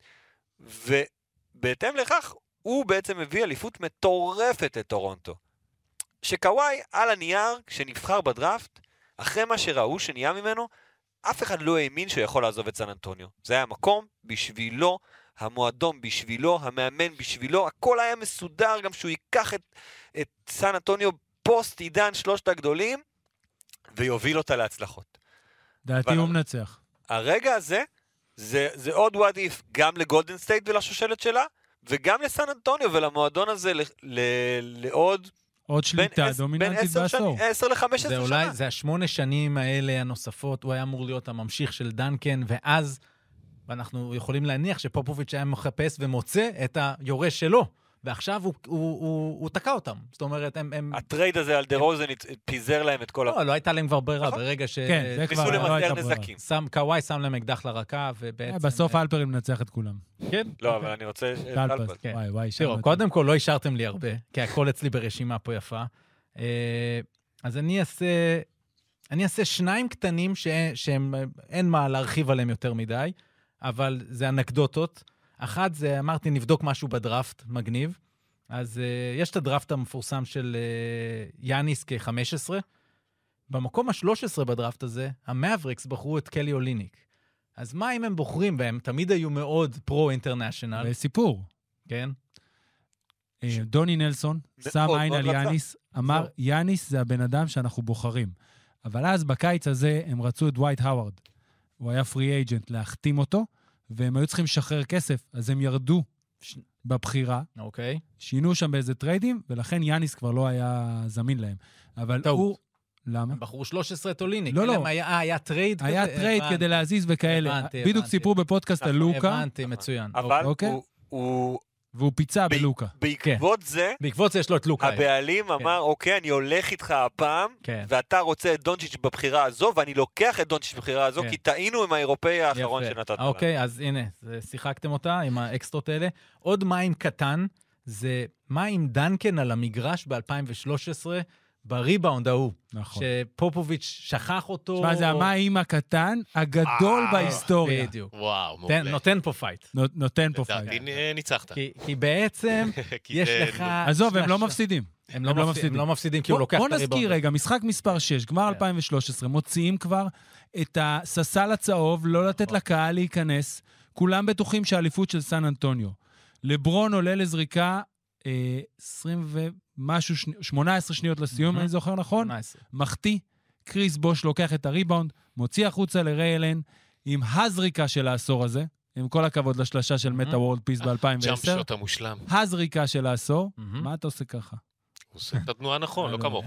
ובהתאם לכך הוא בעצם הביא אליפות מטורפת לטורונטו. שקוואי על הנייר, כשנבחר בדראפט, אחרי מה שראו שנהיה ממנו, אף אחד לא האמין שהוא יכול לעזוב את סן אנטוניו. זה היה מקום בשבילו, המועדון בשבילו, המאמן בשבילו, הכל היה מסודר, גם שהוא ייקח את, את סן אנטוניו פוסט עידן שלושת הגדולים, ויוביל אותה להצלחות. דעתי אבל- הוא מנצח. הרגע הזה, זה, זה עוד what if, גם לגולדן סטייט ולשושלת שלה, וגם לסן אנטוניו ולמועדון הזה ל, ל, לעוד עוד שליטה עש- בין דומיננטית עשר שנים- בעשור. עשר לחמש זה עשרה אולי, שנה. זה השמונה שנים האלה הנוספות, הוא היה אמור להיות הממשיך של דנקן, ואז אנחנו יכולים להניח שפופוביץ' היה מחפש ומוצא את היורש שלו, ועכשיו הוא, הוא, הוא, הוא תקע אותם. זאת אומרת, הם... הם... הטרייד הזה על דה רוזן פיזר להם את כל ה... לא, לא הייתה להם כבר ברירה, נכון. ברגע ש... כן, זה כבר ניסו לא הייתה למזער ברירה. נזקים. שם, קוואי שם להם אקדח לרקה, ובעצם... בסוף אלפרין מנצח את כולם. כן. לא, אבל אני רוצה... טלפז, טלפז. כן. וואי וואי. תראו, שם קודם כל לא השארתם לי הרבה, כי הכל אצלי ברשימה פה יפה. אה, אז אני אעשה, אני אעשה שניים קטנים ש- שהם, אין מה להרחיב עליהם יותר מדי, אבל זה אנקדוטות. אחת זה, אמרתי, נבדוק משהו בדראפט, מגניב. אז uh, יש את הדראפט המפורסם של uh, יאניס כ-חמש עשרה, במקום ה-שלוש עשרה בדראפט הזה, המאבריקס בחרו את קלי אוליניק. אז מה אם הם בוחרים בהם? תמיד היו מאוד פרו-אינטרנשיונל. סיפור. כן. אה, דוני נלסון שם מאוד, עין מאוד על רצה. יאניס, אמר, זהו. יאניס זה הבן אדם שאנחנו בוחרים. אבל אז בקיץ הזה הם רצו את דווייט האוורד. הוא היה פרי אייג'נט להחתים אותו, והם היו צריכים לשחרר כסף, אז הם ירדו ש- בבחירה, אוקיי. שינו שם באיזה טריידים, ולכן יאניס כבר לא היה זמין להם. אבל טעות. הוא... למה? הם בחרו שלוש עשרה את אוליניק. לא, אלא לא. הם היה, אה, היה טרייד כזה? היה טרייד הבנתי. כדי להזיז וכאלה. הבנתי, בדיוק הבנתי. סיפרו בפודקאסט על לוקה, הבנתי, מצוין. אבל אוקיי. הוא- הוא, והוא פיצה ב- בלוקה. בעקבות זה, בעקבות זה יש לו את לוקה. הבעלים אמר, אוקיי, אני הולך איתך הפעם, כן. ואתה רוצה את דונצ'יץ' בבחירה הזו, ואני לוקח את דונצ'יץ' בבחירה הזו, כן. כי טעינו עם האירופאי האחרון יפה. שנתת לנו. אוקיי, אז הנה, זה- שיחקתם אותה עם האקסטרות האלה. עוד מים קטן, זה מים דנקן על המגרש ב-אלפיים ושלוש עשרה, בריבאונד ההוא, נכון. שפופוביץ' שכח אותו. תשמע, זה המים הקטן הגדול אה, בהיסטוריה. בדיוק. וואו, תן, מעולה. נותן פה פייט. נו- נותן פה לדעתי פייט. נ- ניצחת. כי, כי בעצם כי יש זה- לך... עזוב, הם לא שלושה- מפסידים. הם לא, הם לא מפסידים, מפסידים. הם לא מפסידים כי הוא בוא- לוקח בוא את הריבאונד. נזכיר רגע, משחק מספר שש, גמר כן. אלפיים ושלוש עשרה, מוציאים כבר את הססל הצהוב, לא לתת נכון. לקהל להיכנס, כולם בטוחים שהאליפות של סן אנטוניו. לברון עולה לזריקה אה, עשרים ומשהו, שני- שמונה עשרה שניות לסיום, Mhm. אני זוכר נכון? שמונה עשרה. מחטיא, קריס בוש לוקח את הריבאונד, מוציא החוצה לריי אלן, עם הזריקה של העשור הזה, עם כל הכבוד לשלשה של מטה וורד פיס ב-אלפיים ג'אמפ ועשר, שוט המושלם. הזריקה של העשור, מהמם. מה אתה עושה ככה? הוא עושה את התנועה נכון, לא לא כמוך.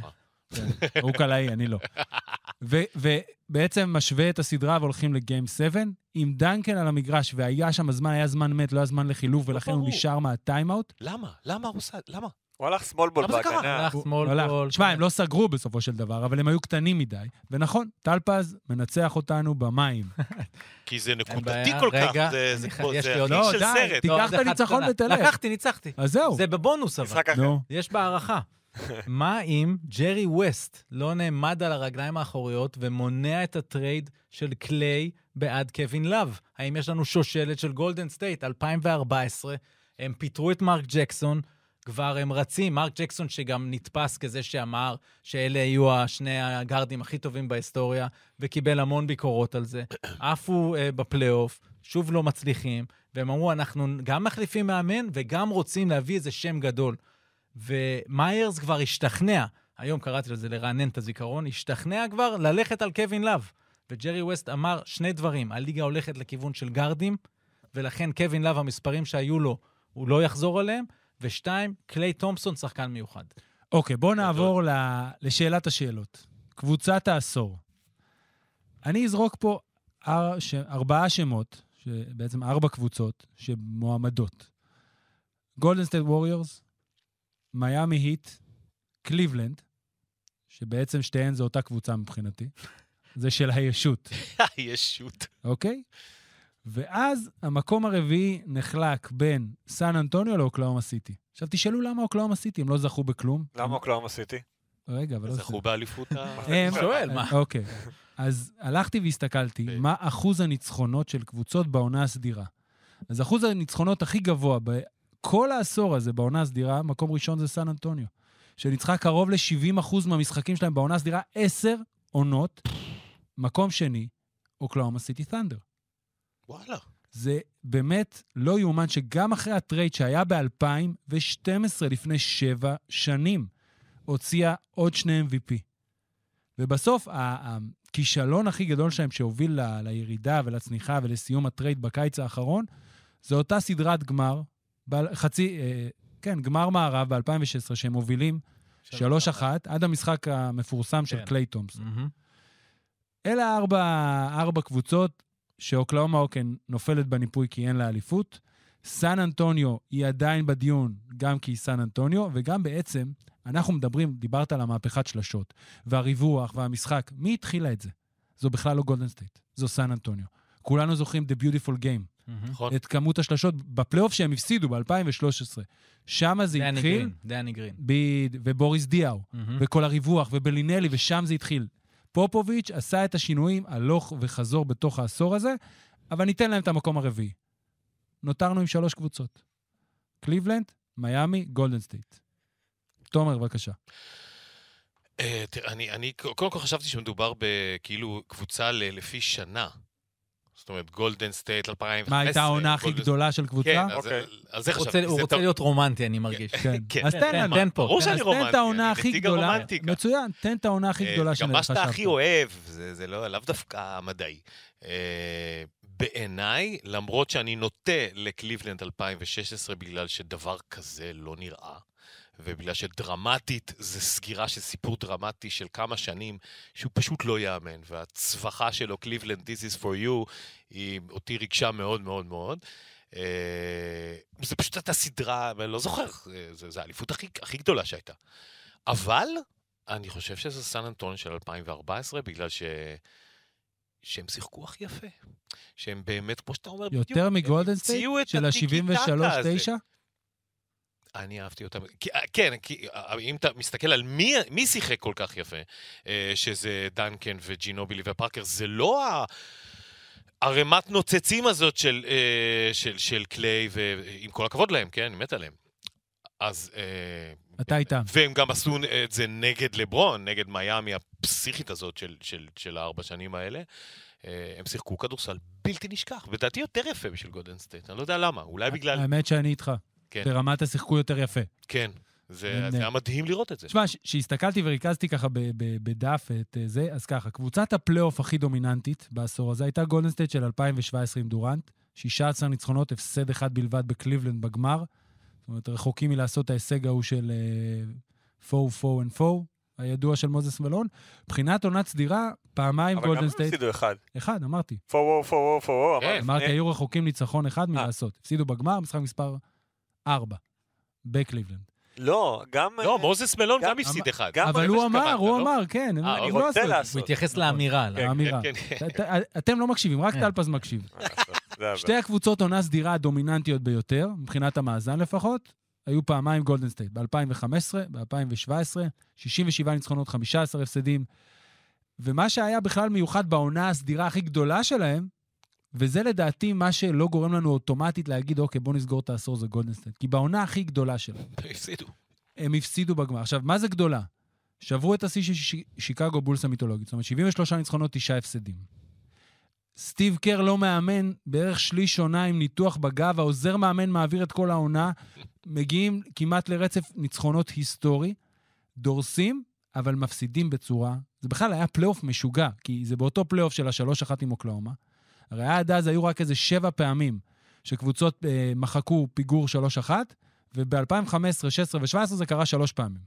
הוא קלעי, אני לא. ו- ובעצם משווה את הסדרה והולכים לגיים שבע, עם דנקן על המגרש, והיה שם הזמן, היה זמן מת, לא היה זמן לחילוף, ולכן הוא ברור. נשאר מהטיימאוט. למה? למה הוא עושה? למה? הוא הלך שמאל בול למה זה קרה? בהגנה. הלך הוא- שמאל הוא הלך. בול. תשמע, הם לא סגרו בסופו של דבר, אבל הם היו קטנים מדי. ונכון, טלפז מנצח אותנו במים. כי זה אין נקודתי בעיה. כל כך, רגע, זה- אני זה ח- כמו- יש זה לי עוד- אפיק לא, של די, סרט. תיקח לא, את זה אחד הניצחון קטנה. ותלך. לקחתי, ניצחתי. אז זהו. זה בבונוס אבל. משחק אחר. נו, יש בהערכה. מה אם ג'רי ווסט לא נעמד על הרגליים האחוריות ומונע את הטרייד של קליי בעד קווין לאב? האם יש לנו שושלת של גולדן סטייט? אלפיים וארבע עשרה, הם פיטרו את מרק ג'קסון, כבר הם רצים, מרק ג'קסון שגם נתפס כזה שאמר שאלה יהיו השני הגארדים הכי טובים בהיסטוריה, וקיבל המון ביקורות על זה. עפו uh, בפלייאוף, שוב לא מצליחים, והם אמרו, אנחנו גם מחליפים מאמן וגם רוצים להביא איזה שם גדול. ומיירס כבר השתכנע, היום קראתי לזה לרענן את הזיכרון, השתכנע כבר ללכת על קווין לאב. וג'רי ווסט אמר שני דברים, הליגה הולכת לכיוון של גארדים, ולכן קווין לאב, המספרים שהיו לו, הוא לא יחזור עליהם, ושתיים, קליי תומפסון, שחקן מיוחד. אוקיי, בואו נעבור ל- לשאלת השאלות. קבוצת העשור. אני אזרוק פה אר- ש- ארבעה שמות, בעצם ארבע קבוצות שמועמדות. גולדן סטייט ווריורס, מיאמי היט, קליבלנד, שבעצם שתיהן זו אותה קבוצה מבחינתי. זה של הישות, יש שוט. אוקיי? ואז המקום הרביעי נחלק בין סן אנטוניו לאוקלאומה סיטי. עכשיו תשאלו למה אוקלאומה סיטי, הם לא זכו בכלום. למה אוקלאומה סיטי? רגע, אבל לא זה. זכו באליפות ה... הם- שואל, מה? אוקיי. אז הלכתי והסתכלתי, כן. מה אחוז הניצחונות של קבוצות בעונה הסדירה. אז אחוז הניצחונות הכי גבוה בכל העשור הזה בעונה הסדירה, מקום ראשון זה סן אנטוניו, שניצחה קרוב ל-שבעים אחוז מהמשחקים שלהם בעונה הסדירה, עשר עונות, מקום שני, אוקלאומה סיטי ת'נדר. וואלה. זה באמת לא יאומן שגם אחרי הטרייד שהיה ב-אלפיים ושתים עשרה, לפני שבע שנים, הוציאה עוד שני אם וי פי. ובסוף, ה- הכישלון הכי גדול שלהם שהוביל ל- לירידה ולצניחה ולסיום הטרייד בקיץ האחרון, זו אותה סדרת גמר, ב- חצי, אה, כן, גמר מערב ב-אלפיים ושש עשרה, שהם מובילים שלוש אחת, עד המשחק המפורסם של כן. קליי תומפסון. מהמם. אלה ארבע, ארבע קבוצות שאוקלאומה אוקן נופלת בניפוי כי אין לה אליפות. סן אנטוניו היא עדיין בדיון, גם כי היא סן אנטוניו, וגם בעצם, אנחנו מדברים, דיברת על המהפכת שלשות, והריווח והמשחק. מי התחילה את זה? זו בכלל לא גולדן סטייט, זו סן אנטוניו. כולנו זוכרים The Beautiful Game, מהמם. נכון. את כמות השלשות בפלייאוף שהם הפסידו ב-אלפיים ושלוש עשרה. שם זה דני התחיל, גרין, דני גרין. ביד, ובוריס דיאו. מהמם. וכל הריווח, ובלינלי, ושם זה התחיל. פופוביץ' עשה את השינויים הלוך וחזור בתוך העשור הזה, אבל ניתן להם את המקום הרביעי. נותרנו עם שלוש קבוצות. קליבלנד, מיאמי, גולדן סטייט. תומר, בבקשה. אה, תראה, אני, אני קודם כל חשבתי שמדובר בכאילו קבוצה ל- לפי שנה. זאת אומרת, גולדן סטייט אלפיים וחמש עשרה. מה הייתה העונה הכי גולדן- גדולה של קבוצה? כן, אז אוקיי. על זה הוא חשבתי. רוצה- הוא זה רוצה טוב. להיות רומנטי, אני מרגיש. כן. כן. אז תן תן, לנו. תן פה. ברור שאני אז תן רומנטי, את העונה אני הכי נציג גדולה. הרומנטיקה. מצוין, תן את העונה הכי גדולה גם שחשבת. מה שאתה הכי אוהב, זה זה לא, לאו דווקא מדעי. אה, בעיניי, למרות שאני נוטה לקליבלנד אלפיים ושש עשרה בגלל שדבר כזה לא נראה, ובגלל שדרמטית זה סגירה של סיפור דרמטי של כמה שנים, שהוא פשוט לא יאמן, והצווחה שלו, קליבלנד, this is for you, היא אותי ריגשה מאוד מאוד מאוד. אה, זה פשוט הייתה סדרה, אני לא זוכר, זה, זה האליפות הכי, הכי גדולה שהייתה. אבל אני חושב שזה סן אנטוניו של אלפיים וארבע עשרה, בגלל ש... שהם שיחקו הכי יפה. שהם באמת, כמו שאתה אומר, יותר בדיוק, מגולדן הם סטייט? המציאו את של ה-שבעים ושלוש הטיקי-טקה תשע? הזה. אני אהבתי אותם. כי, כן, כי אם אתה מסתכל על מי, מי שיחק כל כך יפה, אה, שזה דנקן וג'ינובילי ופארקר, זה לא ה... הרמת נוצצים הזאת של, אה, של, של קליי, ועם כל הכבוד להם, כן, אני מת עליהם. אז... אה, אתה איתם. והם גם עשו את זה נגד לברון, נגד מיאמי הפסיכית הזאת של, של, של הארבע שנים האלה. אה, הם שיחקו כדורסל בלתי נשכח, ודעתי יותר יפה בשביל גולדן סטייט, אני לא יודע למה, אולי בגלל... האמת שאני איתך. כן. ברמת השיחקו יותר יפה. כן, זה, אין- זה היה מדהים לראות את זה. תשמע, שהסתכלתי וריכזתי ככה ב- ב- בדף את אה, זה, אז ככה, קבוצת הפלייאוף הכי דומיננטית בעשור הזה הייתה גולדן סטייט של אלפיים שבע עשרה עם דורנט, שישה עשר ניצחונות, הפסד אחד בלבד בקליבלנד בגמר, זאת אומרת, רחוקים מלעשות את ההישג ההוא של פו, פו and פו, הידוע של מוזס מלון. מבחינת עונת סדירה, פעמיים אבל גם גולדן הם סטייט... הפסידו אחד. אחד, אמרתי. פו, פו, פו, פו, כן, אמרתי, היו רחוקים ניצחון אחד מלעשות. הפסידו בגמר, משחק מספר ארבע, בקליבלנד. לא, גם... לא, מוזס מלון גם- גם הפסיד אחד. גם- אבל זה הוא מה אמר, שקבעת, הוא לא? אמר, כן, הם אה, הם אני לא עשו רוצה את זה. לעשות. הוא התייחס לאמירה. לא? האמירה. כן, כן. ת- ת- אתם לא מקשיבים, רק כן. טלפז מקשיב. זה שתי הקבוצות עונה סדירה הדומיננטיות ביותר, מבחינת המאזן לפחות, היו פעמיים גולדן סטייט, ב-אלפיים וחמש עשרה, ב-אלפיים שבע עשרה, שישים ושבעה ניצחונות, חמישה עשר הפסדים, ומה שהיה בכלל מיוחד בעונה הסדירה הכי גדולה שלהם, וזה לדעתי מה שלא גורם לנו אוטומטית להגיד, אוקיי, בוא נסגור את העשור, זה גולדן סטייט, כי בעונה הכי גדולה שלהם, הפסידו. הם הפסידו בגמר. עכשיו, מה זה גדולה? שברו את השיא של שיק- שיקגו בולס המיתולוגית, זאת אומרת, שבעים ושלושה ניצחונות, תשעה הפסדים. סטיב קר לא מאמן, בערך שליש עונה עם ניתוח בגב, העוזר מאמן מעביר את כל העונה, מגיעים כמעט לרצף ניצחונות היסטורי, דורסים, אבל מפסידים בצורה, זה בכלל היה פלייאוף משוגע, כי זה באותו פלייאוף של השלוש אחת עם אוקלאומה. הרי עד אז היו רק איזה שבע פעמים שקבוצות אה, מחקו פיגור שלוש אחת, וב-אלפיים וחמש עשרה, שש עשרה ו-שבע עשרה זה קרה שלוש פעמים.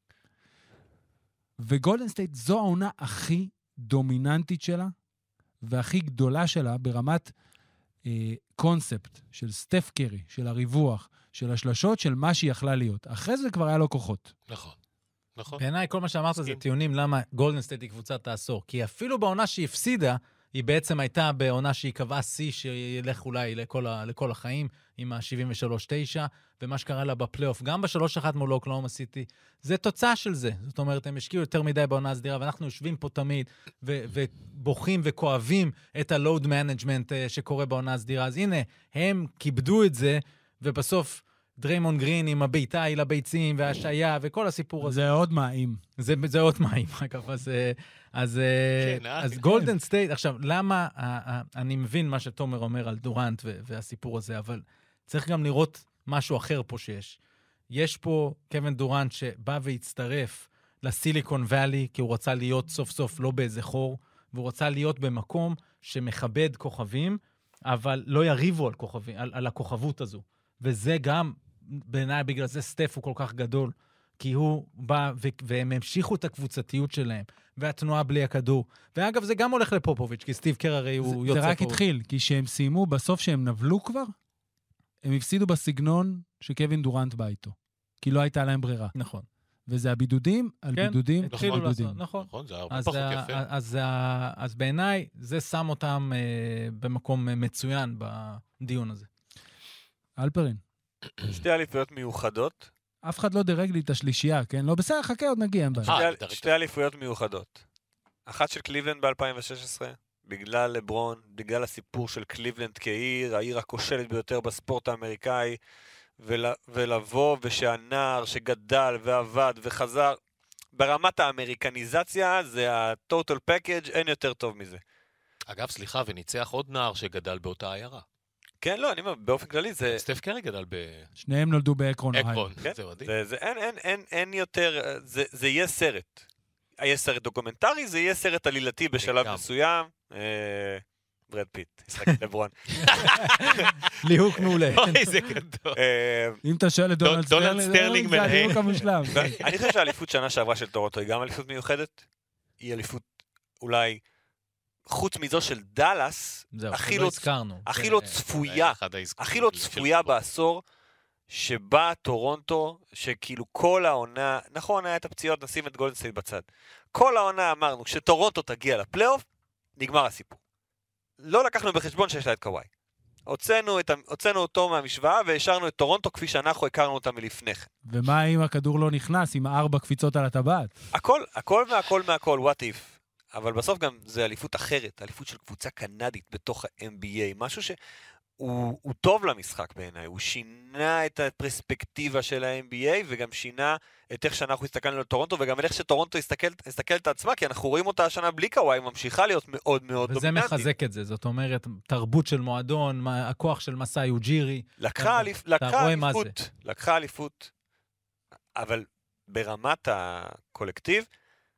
וגולדן סטייט זו העונה הכי דומיננטית שלה, והכי גדולה שלה ברמת אה, קונספט של סטף קרי, של הריווח, של השלשות, של מה שהיא יכלה להיות. אחרי זה כבר היה לו כוחות. נכון, נכון. בעיניי, כל מה שאמרת זה מסכים. טיעונים למה גולדן סטייט היא קבוצת העשור. כי אפילו בעונה שהיא הפסידה, היא בעצם הייתה בעונה שהיא קבעה שיא שילך אולי לכל, ה, לכל החיים, עם ה-שבעים ושלוש תשע, ומה שקרה לה בפלייאוף, גם ב-שלוש אחת מול אוקלאומה סיטי, זה תוצאה של זה. זאת אומרת, הם השקיעו יותר מדי בעונה הסדירה, ואנחנו יושבים פה תמיד, ו- ובוכים וכואבים את ה-load management uh, שקורה בעונה הסדירה. אז הנה, הם כיבדו את זה, ובסוף דריימון גרין עם הביתה היא לביצים, והשעיה, וכל הסיפור הזה. זה עוד מים. זה, זה עוד מים, אגב, אז, אה, אז, אה, כן, אה, אז כן. גולדן סטייט, עכשיו, למה, אה, אה, אני מבין מה שתומר אומר על דורנט ו- והסיפור הזה, אבל צריך גם לראות משהו אחר פה שיש. יש פה קווין דורנט שבא והצטרף לסיליקון ואלי, כי הוא רצה להיות סוף סוף לא באיזה חור, והוא רצה להיות במקום שמכבד כוכבים, אבל לא יריבו על, כוכבים, על, על הכוכבות הזו. וזה גם, בעיניי, בגלל זה סטף הוא כל כך גדול. כי הוא בא, ו- והם המשיכו את הקבוצתיות שלהם, והתנועה בלי הכדור. ואגב, זה גם הולך לפופוביץ', כי סטיב קר הרי הוא זה, יוצא זה רק פה. התחיל, כי כשהם סיימו, בסוף שהם נבלו כבר, הם הפסידו בסגנון שקווין דורנט בא איתו. כי לא הייתה להם ברירה. נכון. וזה הבידודים על כן, בידודים על התחילו בידודים. לעשות, נכון. נכון, זה היה הרבה אז, פחות ה- יפה. אז, ה- אז בעיניי, זה שם אותם אה, במקום אה, מצוין בדיון הזה. אלפרין, שתי אליפויות מיוחדות. אף אחד לא דירג לי את השלישייה, כן? לא, בסדר, חכה, עוד נגיע, אין בעיה. אה, שתי- דרג- שתי אליפויות מיוחדות. אחת של קליבלנד ב-אלפיים ושש עשרה, בגלל לברון, בגלל הסיפור של קליבלנד כעיר, העיר הכושלת ביותר בספורט האמריקאי, ול, ולבוא ושהנער שגדל ועבד וחזר ברמת האמריקניזציה, זה ה-total package, אין יותר טוב מזה. אגב, סליחה, וניצח עוד נער שגדל באותה עיירה. כן, לא, אני אומר, באופן כללי זה... סטף קרי גדל ב... שניהם נולדו באקרון, אוהיו. אקרון, כן? זה מדהים. זה, זה, אין, אין, אין, אין יותר, זה, זה יהיה סרט. יהיה סרט דוקומנטרי, זה יהיה סרט עלילתי בשלב מסוים. אה, ברד פיט, ישחק לברון. ליהוק מעולה. אוי, זה גדול. אה, אם אתה שואל את דונלד דונלד סטרלינג זה מנהל. הדיוק המושלם. אני חושב שהאליפות שנה שעברה של טורונטו היא גם אליפות מיוחדת. היא אליפות אולי, חוץ מזו של דלס, זהו, הכי לא לא- הזכרנו. הכי לא צפויה, אחד האזכורים הכי לא של צפויה טורונטו. בעשור, שבה טורונטו, שכאילו כל העונה, נכון, היה את הפציעות, נשים את גולדן סטייט בצד. כל העונה אמרנו, כשטורונטו תגיע לפלייאוף, נגמר הסיפור. לא לקחנו בחשבון שיש לה את קוואי. הוצאנו, את, ה- הוצאנו אותו מהמשוואה והשארנו את טורונטו כפי שאנחנו הכרנו אותה מלפני כן. ומה אם הכדור לא נכנס עם ארבע קפיצות על הטבעת? הכל, הכל מהכל מהכל, what if. אבל בסוף גם זה אליפות אחרת, אליפות של קבוצה קנדית בתוך ה-אן בי איי, משהו שהוא הוא טוב למשחק בעיניי, הוא שינה את הפרספקטיבה של ה-אן בי איי, וגם שינה את איך שאנחנו הסתכלנו על טורונטו, וגם איך שטורונטו הסתכל את עצמה, כי אנחנו רואים אותה השנה בלי קוואי, ממשיכה להיות מאוד מאוד וזה דומיננטית. מחזק את זה, זאת אומרת, תרבות של מועדון, מה- הכוח של מסאי אוג'ירי. לקחה אליפ- אתה לקחה רואה מה אליפות, לקחה אליפות, אבל ברמת הקולקטיב,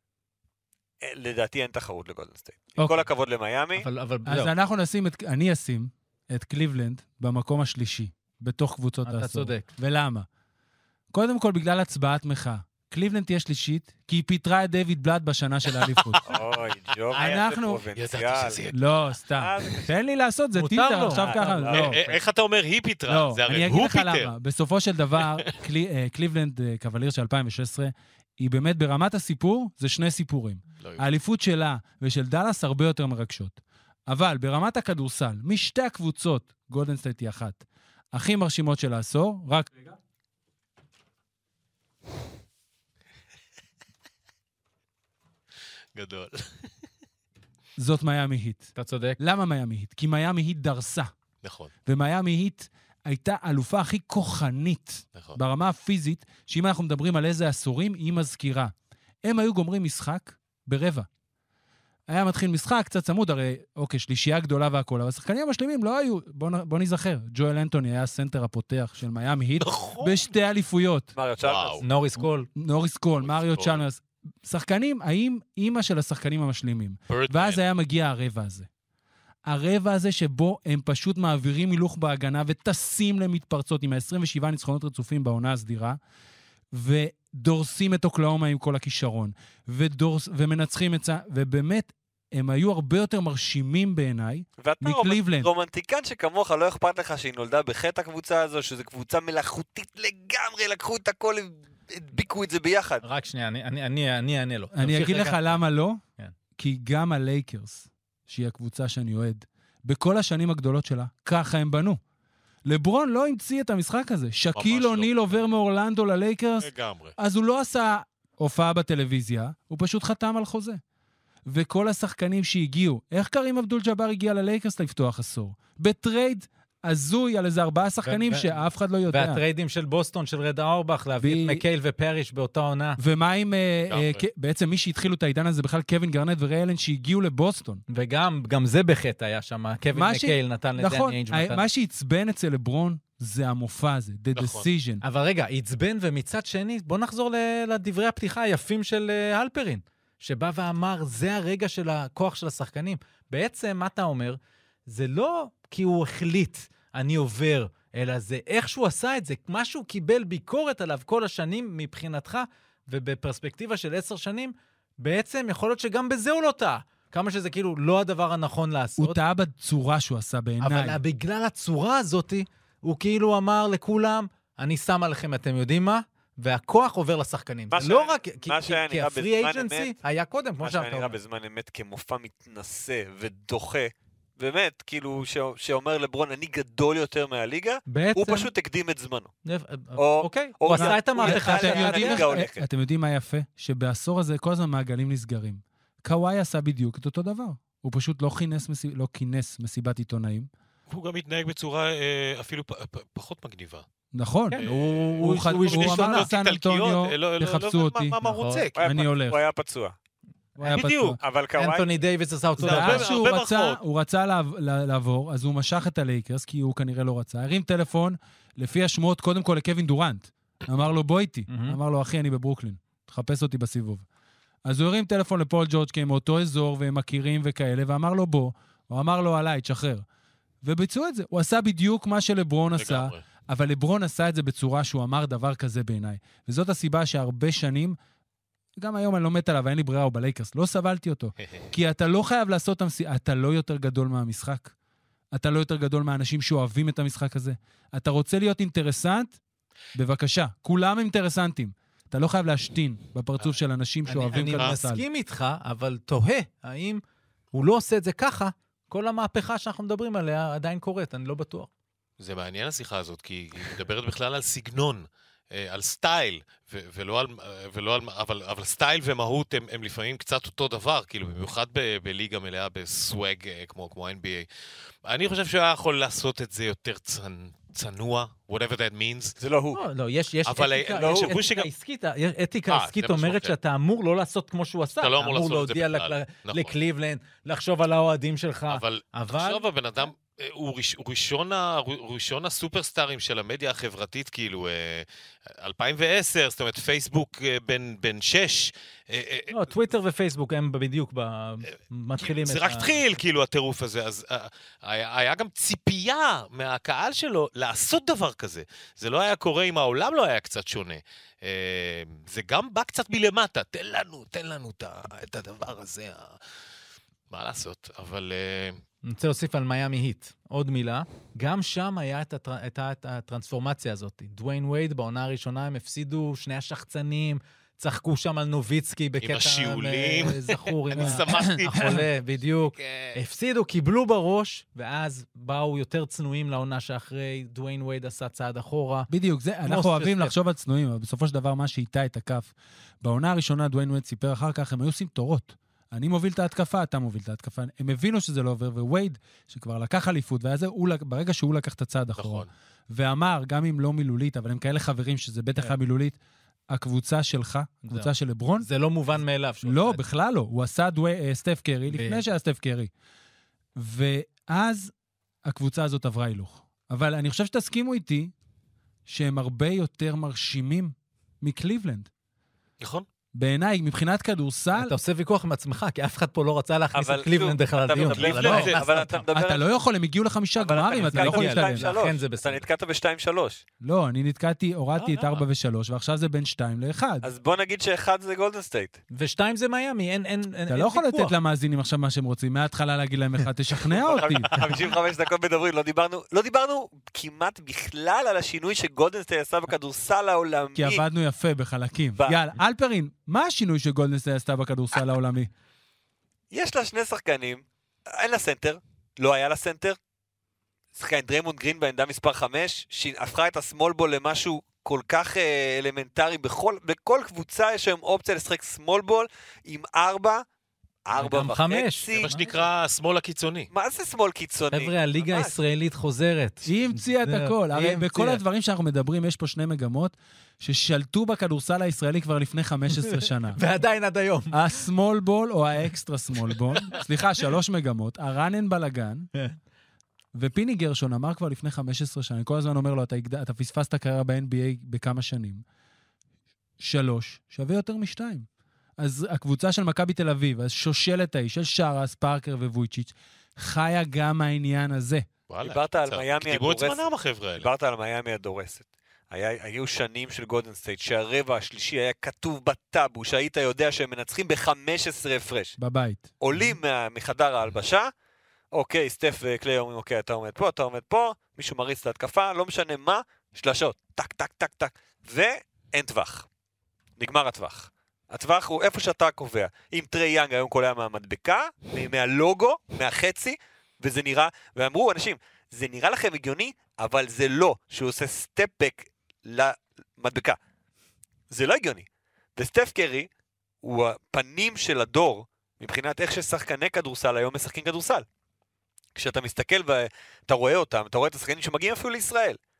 אה, לדעתי אין תחרות לגולדן סטייט. עם אוקיי. כל הכבוד למיימי, אבל, אבל אז זהו, אנחנו נשים את, אני אשים את קליבלנד במקום השלישי, בתוך קבוצות העשור. אתה צודק. ולמה? קודם כל, בגלל הצבעת מחאה. קליבלנד תהיה שלישית, כי היא פיטרה את דיוויד בלאט בשנה של האליפות. אוי, ג'ובי, אנחנו- איזה ידעתי פרובינציאל. שזה יהיה. לא, סתם. אה, זה- תן לי לעשות, זה מותר טיזר, לו. עכשיו אה, ככה. לא, לא. אה, אה, איך אתה אומר היא פיטרה? לא, זה אני הרי אגיד הוא לך פיטר. למה. בסופו של דבר, קלי- אה, קליבלנד אה, קווליר של אלפיים ושש עשרה, היא באמת ברמת הסיפור, זה שני סיפורים. לא יודע. האליפות שלה ושל דלס הרבה יותר מרגשות. אבל ברמת הכדורסל, משתי הקבוצות, גולדן סטייט היא אחת, הכי מרשימות של העשור, רק... גדול. זאת מיימי היט. אתה צודק. למה מיימי היט? כי מיימי היט דרסה, נכון, ומיימי היט הייתה אלופה הכי כוחנית נכון. ברמה הפיזית, שאם אנחנו מדברים על איזה עשורים, היא מזכירה. הם היו גומרים משחק ברבע. היה מתחיל משחק, קצת צמוד, הרי, אוקיי, שלישייה גדולה והכל, אבל השחקנים המשלימים לא היו, בוא, נ- בוא נזכר, ג'ואל אנטוני היה הסנטר הפותח של מיימי היט, נכון. בשתי אליפויות. מריו צ'ארלס. וואו. נוריס קול. נוריס קול, מריו קול. צ'אלמרס. שחקנים, האם אימא של השחקנים המשלימים? ואז היה מגיע הרבע הזה. הרבע הזה שבו הם פשוט מעבירים הילוך בהגנה וטסים למתפרצות עם ה-עשרים ושבעה ניצחונות רצופים בעונה הסדירה, ודורסים את אוקלאומה עם כל הכישרון, ודורס, ומנצחים את זה, ובאמת, הם היו הרבה יותר מרשימים בעיניי, ואתה מקליבלנד. רומנטיקן שכמוך, לא אכפת לך שהיא נולדה בחטא הקבוצה הזו, שזו קבוצה מלאכותית לגמרי, לקחו את הכל, הדביקו את זה ביחד. רק שנייה, אני- אני- אני אני אענה לו. אני תמשיך אגיד רגע. לך למה לא, כן. כי גם הלייקרס, שהיא הקבוצה שאני אוהד, בכל השנים הגדולות שלה, ככה הם בנו. לברון לא המציא את המשחק הזה. שקיל לא. אוניל עובר מאורלנדו ללייקרס, לגמרי. אז הוא לא עשה הופעה בטלוויזיה, הוא פשוט חתם על חוזה. וכל השחקנים שהגיעו, איך קרים אבדול ג'אבר הגיע ללייקרס לפתוח עשור? בטרייד הזוי על איזה ארבעה שחקנים ו- שאף אחד לא יודע. והטריידים של בוסטון, של רד אורבך, להביא ב- את מקייל ופריש באותה עונה. ומה עם, אה, לגמרי. אה, כ- בעצם מי שהתחילו את העידן הזה בכלל קווין גרנט וריי אלן שהגיעו לבוסטון. וגם גם זה בחטא היה שם. קווין מה ש- מקייל נתן לדני נכון, איינג' ה- מתן. מה שעצבן אצל לברון זה המופע הזה, the נכון. decision. אבל רגע, עצבן, ומצד שני, בוא נחזור ל- לדברי הפתיחה היפים של אה, הלפרין, שבא ואמר, זה הרגע של הכוח של השחקנים. בעצם, מה אתה אומר? זה לא כי הוא החליט, אני עובר, אלא זה איך שהוא עשה את זה, מה שהוא קיבל ביקורת עליו כל השנים מבחינתך, ובפרספקטיבה של עשר שנים, בעצם יכול להיות שגם בזה הוא לא טעה. כמה שזה כאילו לא הדבר הנכון לעשות. הוא טעה בצורה שהוא עשה בעיניי. אבל בגלל הצורה הזאת, הוא כאילו אמר לכולם, אני שם עליכם, אתם יודעים מה? והכוח עובר לשחקנים. מה זה לא שהיה- רק, כי- מה כי שהיה כי נראה הפרי בזמן אייג'נסי אמת- היה קודם, כמו מה שאתה שהיה נראה אומר. בזמן אמת כמופע מתנשא ודוחה, באמת, כאילו, ש- שאומר לברון, אני גדול יותר מהליגה, בעצם, הוא פשוט הקדים את זמנו. או, אוקיי, או הוא זה- עשה את הוא המהפכה ידע של לאן יודעים הליגה איך- הולכת. אתם יודעים מה יפה? שבעשור הזה כל הזמן מעגלים נסגרים. קוואי עשה בדיוק את אותו דבר. הוא פשוט לא כינס, מסיב... לא כינס מסיבת עיתונאים. הוא גם מתנהג בצורה אה, אפילו פ- פ- פחות מגניבה. נכון. כן, הוא- הוא- הוא ח- הוא הוא השמיש אמר לו לסן איטלקיות, אנטוניו, לא- לא- תחפשו לא- אותי. מה- מה הוא רוצה? הוא היה אני פצוע, הולך. הוא היה פצוע. הוא היה פצוע. בדיוק. אבל קוואי... אנטוני דייוויס עשה אותו זה דבר. הרבה- ואז שהוא הרבה רצה, מחמאות. הוא רצה לעב- ל- לעבור, אז הוא משך את הלייקרס, כי הוא כנראה לא רצה. הרים טלפון, לפי השמועות, קודם כל לקווין דורנט. אמר לו, בוא איתי. מהמם. אמר לו, אחי, אני בברוקלין. תחפש אותי בסיבוב. אז הוא הרים טלפון לפול ג'ורג', כי הם מאותו אזור, והם מכירים וכאלה, ואמר לו, בוא. הוא אמר לו, עליי, תשחרר. וביצעו את זה. הוא עשה בדיוק מה שלברון עשה, לגמרי. אבל לברון עשה את זה בצורה שהוא אמר דבר כזה בעיניי. וזאת הסיבה שהרבה שנים, גם היום אני לא מת עליו, אין לי ברירה, הוא בלייקרס. לא סבלתי אותו. כי אתה לא חייב לעשות המסיעה, אתה לא יותר גדול מהמשחק. אתה לא יותר גדול מהאנשים שאוהבים את המשחק הזה. אתה רוצה להיות אינטרסנט? בבקשה. כולם אינטרסנטים. אתה לא חייב להשתין בפרצוף של אנשים שאוהבים אני כדורסל. מסכים איתך, אבל תוהה, האם הוא לא עושה את זה ככה, כל המהפכה שאנחנו מדברים עליה עדיין קורית, אני לא בטוח. זה מעניין השיחה הזאת, כי היא מדברת בכלל על סגנון, אה, על סטייל, ו- ולא על, ולא על, אבל, אבל סטייל ומהות הם, הם לפעמים קצת אותו דבר, כאילו, במיוחד ב- בליגה מלאה בסווג, אה, כמו, כמו ה-אן בי איי. אני חושב שהוא היה יכול לעשות את זה יותר צנ, צנוע, whatever that means. זה לא הוא. לא, לא, יש, יש אבל, אתיקה, לא, יש הוא אתיקה שגם- עסקית, אתיקה אה, עסקית זה משהו אומרת אחר. שאתה אמור לא לעשות כמו שהוא עשה. אתה לא אמור לעשות את זה להודיע בכלל, לק- נכון. לקליבלנד, לחשוב על האוהדים שלך. אבל, אבל- תחשוב, הבן אדם, אה, הוא ראש- הוא ראשון ה- הוא ראשון הסופרסטארים של המדיה החברתית, כאילו, אה, אלפיים ועשר, זאת אומרת, פייסבוק אה, בן- בן שש, אה, אה, לא, טוויטר ופייסבוק הם בדיוק ב- מתחילים את זה ה... רק התחיל, כאילו, הטירוף הזה. אז uh, היה, היה גם ציפייה מהקהל שלו לעשות דבר כזה. זה לא היה קורה אם העולם לא היה קצת שונה. Uh, זה גם בא קצת מלמטה. תן לנו, תן לנו את, ה- את הדבר הזה. ה... מה לעשות? אבל... Uh, אני רוצה להוסיף על מיאמי היט. עוד מילה. גם שם היה את הטר... הייתה את הטרנספורמציה הזאת. דוויין וייד, בעונה הראשונה הם הפסידו שני השחצנים, צחקו שם על נוביצקי בקטע... השיעולים. אה, זכור, עם אני ה- שמחתי. החולה, בדיוק. כן. הפסידו, קיבלו בראש, ואז באו יותר צנועים לעונה שאחרי, דוויין וייד עשה צעד אחורה. בדיוק, זה, אנחנו סטרס אוהבים סטפ. לחשוב על צנועים, אבל בסופו של דבר מה שאיתה את הכף. בעונה הראשונה, דוויין וייד סיפר אחר כך, הם היו עושים תורות. אני מוביל את ההתקפה, אתה מוביל את ההתקפה. הם הבינו שזה לא עובר, ווייד, שכבר לקח אליפות, ואז הוא, ברגע שהוא לקח את הצעד אחורה, נכון. ואמר, גם אם לא מילולית, אבל הם כאלה חברים שזה בטח היה מילולית, הקבוצה שלך, הקבוצה של לברון, זה לא מובן מאליו. שהוא לא, עשה את זה. בכלל לא. הוא עשה דווי, אה, סטף קרי לפני שהיה סטף קרי. ואז הקבוצה הזאת עברה הילוך. אבל אני חושב שתסכימו איתי שהם הרבה יותר מרשימים מקליבלנד. נכון? בעיניי, מבחינת כדורסל, אתה עושה ויכוח עם עצמך, כי אף אחד פה לא רצה להכניס אבל את קליבלנד בכלל אתה לדיון. מדבר- אבל לא אבל- הכנסת אבל אתה אותם. מדבר... אתה לא יכול, הם הגיעו לחמישה אבל גמרים, אתה לא יכול נתקעת להתעלם. ב-שתיים שלוש. לכן זה בסדר. אתה נתקעת ב-שתיים שלוש. לא, אני נתקעתי, הורדתי אה, את ארבע למה? ושלוש, ועכשיו זה בין שתיים לאחד. אז בוא נגיד שאחד זה גולדן סטייט. ושתיים זה מיאמי, אין אין אין אתה לא יכול לתת למאזינים עכשיו מה שהם רוצים, מההתחלה להגיד להם אחד, תשכנע אותי. חמישים וחמש דקות מדברים, לא דיברנו, לא דיברנו כמעט בכלל על השינוי שגולדן סטייט עשה בכדורסל העולמי. כי עבדנו יפה בחלקים. ב- יאללה, אלפרין, מה השינוי שגולדן סטייט עשתה בכדורסל העולמי? יש לה שני שחקנים, אין לה סנטר, לא היה לה סנטר. שחקן דריימונד גרין בעמדה מספר חמש, שהפכה את הסמול בול למשהו כל כך אה, אלמנטרי. בכל, בכל קבוצה יש היום אופציה לשחק סמול בול עם ארבע, ארבע גם חמש. וחצי. זה מה שנקרא השמאל הקיצוני. מה זה שמאל קיצוני? חבר'ה, הליגה ממש. הישראלית חוזרת. היא המציאה את זהו, הכל. היא הרי בכל המציאה. הדברים שאנחנו מדברים, יש פה שני מגמות ששלטו בכדורסל הישראלי כבר לפני חמש עשרה שנה. ועדיין עד היום. הסמול בול או האקסטרה סמול בול, סליחה, שלוש מגמות, הרנן בלגן, ופיני גרשון אמר כבר לפני חמש עשרה שנה, אני כל הזמן אומר לו, אתה, הגד... אתה פספסת קריירה ב-אן בי איי בכמה שנים. שלוש, שווה יותר משתיים. אז הקבוצה של מכבי תל אביב, אז שושלת האיש של שרס, פארקר וויצ'יץ', חיה גם העניין הזה. וואלה. דיברת על קצת. מיאמי קיבלו את הדורסת. זמנם החבר'ה האלה. דיברת על מיאמי הדורסת. היה, היו שנים של גולדן סטייט, שהרבע השלישי היה כתוב בטאבו, שהיית יודע שהם מנצחים ב-חמש עשרה הפרש. בבית. עולים מה, מחדר ההלבשה, אוקיי, סטף וקליי אומרים, אוקיי, אתה עומד פה, אתה עומד פה, מישהו מריץ את ההתקפה, לא משנה מה, שלשות, טק, טק, טק, טק, ואין טווח. נגמר הטווח. הטווח הוא איפה שאתה קובע. אם טרי יאנג היום קולע מהמדבקה, מהלוגו, מהחצי, וזה נראה, ואמרו אנשים, זה נראה לכם הגיוני, אבל זה לא, שהוא עושה סטפ-בק למדבקה. זה לא הגיוני. וסטף קרי הוא הפנים של הדור, מבחינת איך ששחקני כדורסל היום משחקים כדורסל. כשאתה מסתכל ואתה רואה אותם, אתה רואה את השחקנים שמגיעים אפילו לישראל.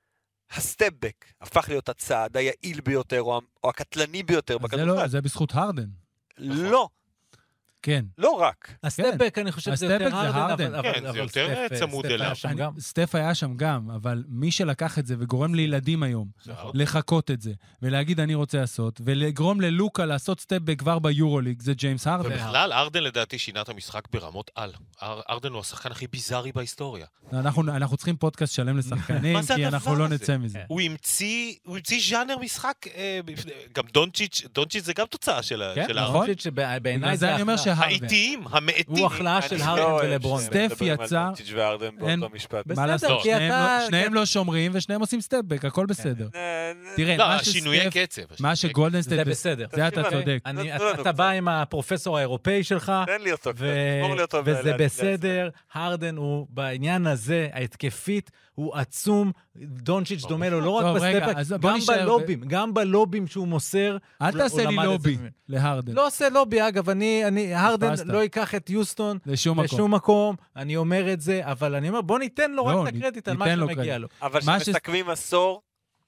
הסטפבק הפך להיות הצעד היעיל ביותר, או, או הקטלני ביותר אז זה, לא, בכדורסל. זה בזכות הרדן. לא, כן. לא רק. הסטפבק, אני חושב שזה הסטפבק יותר זה הרדן, הרדן. אבל- כן, אבל זה יותר סטף- צמוד סטף אליו. היה שם אני, גם. סטף היה שם גם, אבל מי שלקח את זה וגורם לילדים היום לחכות את זה, ולהגיד אני רוצה לעשות, ולגרום ללוקה לעשות סטפבק כבר ביורוליג, זה ג'יימס הרדן. ובכלל, ארדן לדעתי שינה את המשחק ברמות על. אר- ארדן הוא השחקן הכי ביזארי בהיסטוריה. אנחנו, אנחנו צריכים פודקאסט שלם לשחקנים, מה זה כי הדבר אנחנו לא הזה? נצא מזה. הוא המציא, הוא המציא ז'אנר משחק, אה, בפני- גם דונצ'יץ', דונצ'יץ' זה גם תוצאה של ה- כן, של נכון. הארדן. אני חושב שבעיניי בגלל זה זה אני אומר החלאה. שהרדן. האיטיים, המאטים. הוא החלאה של אני הרדן לא אוהב ולברון. שהם סטף מדברים על יצא, דונצ'יץ' והרדן אין- באותו משפט. בסדר, מה לעשות? כי שניהם אתה- לא- שניהם כן. לא שומרים ושניהם עושים סטפבק, הכל בסדר. אה, תראה, לא, מה השינויי שסטף, קצב. מה השינויי שגולדן זה סטייט, בסדר. זה אתה תקשיב, צודק. אני- תנו לנו אתה קצת. בא עם הפרופסור האירופאי שלך, תן לי אותו קצת, ו- תגמור לי אותו. וזה ב- בסדר. הרדן הוא בעניין הזה, ההתקפית, הוא עצום. דונצ'יץ' דומה לו לא רק טוב, רגע, בסטפבק, אז בוא גם נשאר- בלובים, גם בלובים שהוא מוסר. אל הוא- תעשה הוא לי למד את לובי זה ממנו. להרדן. לא עושה לובי, אגב, אני, אני, הרדן פספסת. לא ייקח את יוסטון לשום מקום. לשום מקום, אני אומר את זה, אבל אני אומר, בוא ניתן לו לא, רק את הקרדיט על מה ניתן לו שמגיע קרדיט. לו. אבל מה ש- כשמסתכלים עשור,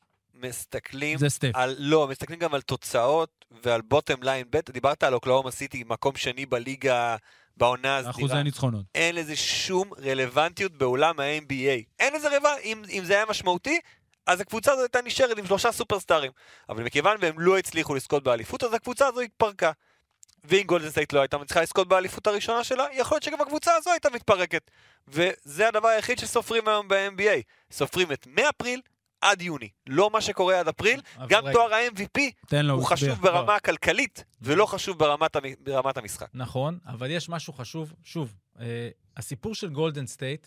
מסתכלים זה סטף. על, לא, מסתכלים גם על תוצאות ועל בוטם ליין ב', דיברת על אוקלאומה סיטי, מקום שני בליגה בעונה אחוזי הסדירה. ניצחונות. אין לזה שום רלוונטיות בעולם ה-אן בי איי. אין לזה רלוונטיות, אם, אם זה היה משמעותי, אז הקבוצה הזו הייתה נשארת עם שלושה סופרסטארים. אבל מכיוון והם לא הצליחו לזכות באליפות, אז הקבוצה הזו התפרקה. ואם גולדן סטייט לא הייתה מצליחה לזכות באליפות הראשונה שלה, יכול להיות שגם הקבוצה הזו הייתה מתפרקת. וזה הדבר היחיד שסופרים היום ב-אן בי איי. סופרים את מאפריל עד יוני. לא מה שקורה עד אפריל. אבל גם רגע. תואר ה-אם וי פי תן לו, הוא הצביע. חשוב ברמה הכלכלית, ולא חשוב ברמת, המ... ברמת המשחק. נכון, אבל יש משהו חשוב, שוב, אה, הסיפור של גולדן סטייט,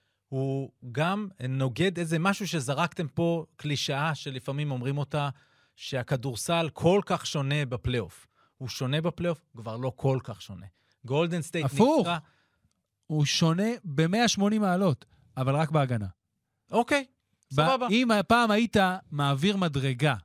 הוא גם נוגד איזה משהו שזרקתם פה, קלישאה שלפעמים אומרים אותה, שהכדורסל כל כך שונה בפלייאוף. הוא שונה בפלייאוף, כבר לא כל כך שונה. גולדן סטייט הפוך. נקרא... הוא שונה ב-מאה ושמונים מעלות, אבל רק בהגנה. אוקיי, סבבה. ב- אם הפעם היית מעביר מדרגה,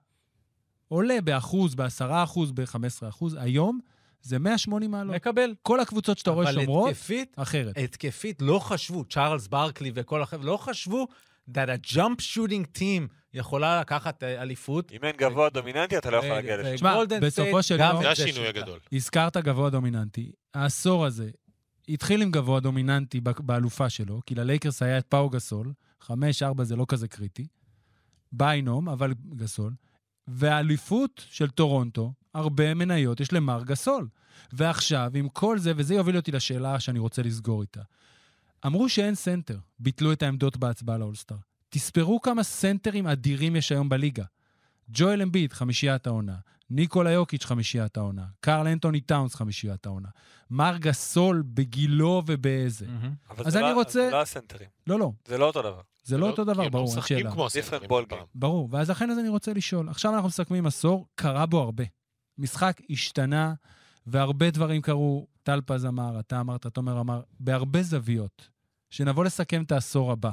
עולה באחוז, בעשרה אחוז, ב-חמישה עשר אחוז, היום זה מאה ושמונים מעלות. מקבל. כל הקבוצות שאתה רואה אבל שומרות, התקפית, אחרת. התקפית לא חשבו, צ'ארלס ברקלי וכל החבר'ה, לא חשבו that a jump shooting team יכולה לקחת אה, אליפות. אם אין גבוה דומיננטי, אתה לא יכול ו- להגיע לשם. שמע, וגולדן בסופו סטייט של גם יום- את זה השינוי שיטה. הגדול. הזכרת גבוה דומיננטי. העשור הזה התחיל עם גבוה דומיננטי ב- באלופה שלו, כי ללייקרס היה את פאו גסול, חמש ארבע זה לא כזה קריטי, ביינום, אבל גסול, והאליפות של טורונטו, הרבה מניות יש למר גסול. ועכשיו, עם כל זה, וזה יוביל אותי לשאלה שאני רוצה לסגור איתה. אמרו שאין סנטר, ביטלו את העמדות בהצבעה לאולסטאר. תספרו כמה סנטרים אדירים יש היום בליגה. ג'ואל אמביד, חמישיית העונה. ניקולה יוקיץ', חמישיית העונה. קרל אנטוני טאונס, חמישיית העונה. מר גסול בגילו ובאיזה. מהמם. אבל אז זה אני לא- רוצה- זה לא הסנטרים. לא, לא. זה לא אותו דבר. זה לא אותו דבר, ברור, אין משחקים שאלה. כמו Different הסנטרים ball פעם. game. ברור, ואז לכן אז אני רוצה לשאול. עכשיו אנחנו מסכמים עשור, קרה בו הרבה. משחק השתנה, והרבה דברים קרו. טל פז אמר, אתה אמרת, תומר אמר, בהרבה זוויות. שנבוא לסכם את העשור הבא.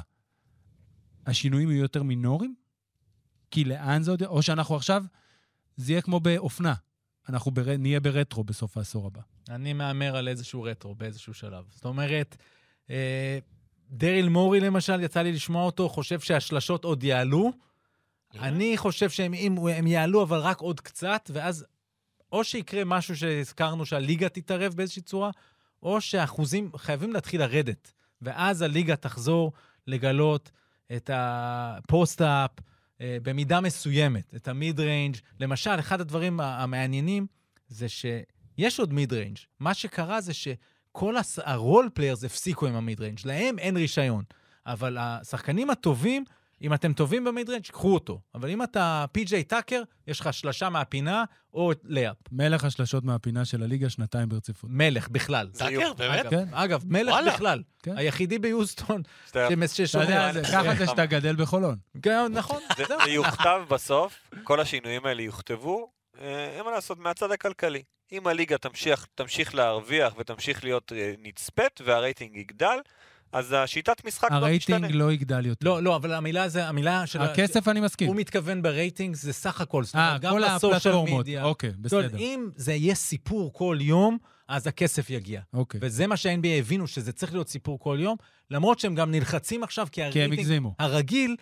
השינויים יהיו יותר מינוריים? כי לאן זה עוד... או שאנחנו עכשיו, זה יהיה כמו באופנה. אנחנו בר... נהיה ברטרו בסוף העשור הבא. אני מאמר על איזשהו רטרו באיזשהו שלב. זאת אומרת, אה, דריל מורי למשל, יצא לי לשמוע אותו, חושב שהשלשות עוד יעלו. אני חושב שהם אם, הם יעלו, אבל רק עוד קצת, ואז או שיקרה משהו שהזכרנו שהליגה תתערב באיזושהי צורה, או שהאחוזים חייבים להתחיל לרדת. ואז הליגה תחזור לגלות את הפוסט-אפ אה, במידה מסוימת, את המיד-ריינג'. למשל, אחד הדברים המעניינים זה שיש עוד מיד-ריינג'. מה שקרה זה שכל הרול פליירס הפסיקו עם המיד-ריינג'. להם אין רישיון. אבל השחקנים הטובים, אם אתם טובים במיד-ריינג', קחו אותו. אבל אם אתה פי-ג'יי טאקר, יש לך שלשה מהפינה או לייפ. מלך השלשות מהפינה של הליגה, שנתיים ברציפות. מלך בכלל. טאקר, באמת? אגב, כן. אגב, מלך וואלה. בכלל. כן. היחידי ביוסטון שאתה- שמס- אתה ששומר. יודע, זה- ככה זה שאתה גדל בחולון. כן, נכון. זה זהו. זה יוכתב בסוף, כל השינויים האלה יוכתבו, אה, אין מה לעשות, מהצד הכלכלי. אם הליגה תמשיך, תמשיך להרוויח ותמשיך להיות אה, נצפת והרייטינג יגדל, אז השיטת משחק לא הרייטינג תשתנה. לא יגדל יותר. לא, לא, אבל המילה זה, המילה של... הכסף אני מסכים. הוא מתכוון ברייטינג, זה סך הכל. זאת אה, אומרת, גם כל בסושיאל הפלטפורמות. מדיה. אוקיי, זאת אומרת, בסדר. אם זה יהיה סיפור כל יום, אז הכסף יגיע. אוקיי. וזה מה שה-אן בי איי הבינו, שזה צריך להיות סיפור כל יום, למרות שהם גם נלחצים עכשיו, כי כי הם הרייטינג הגזימו. הרגיל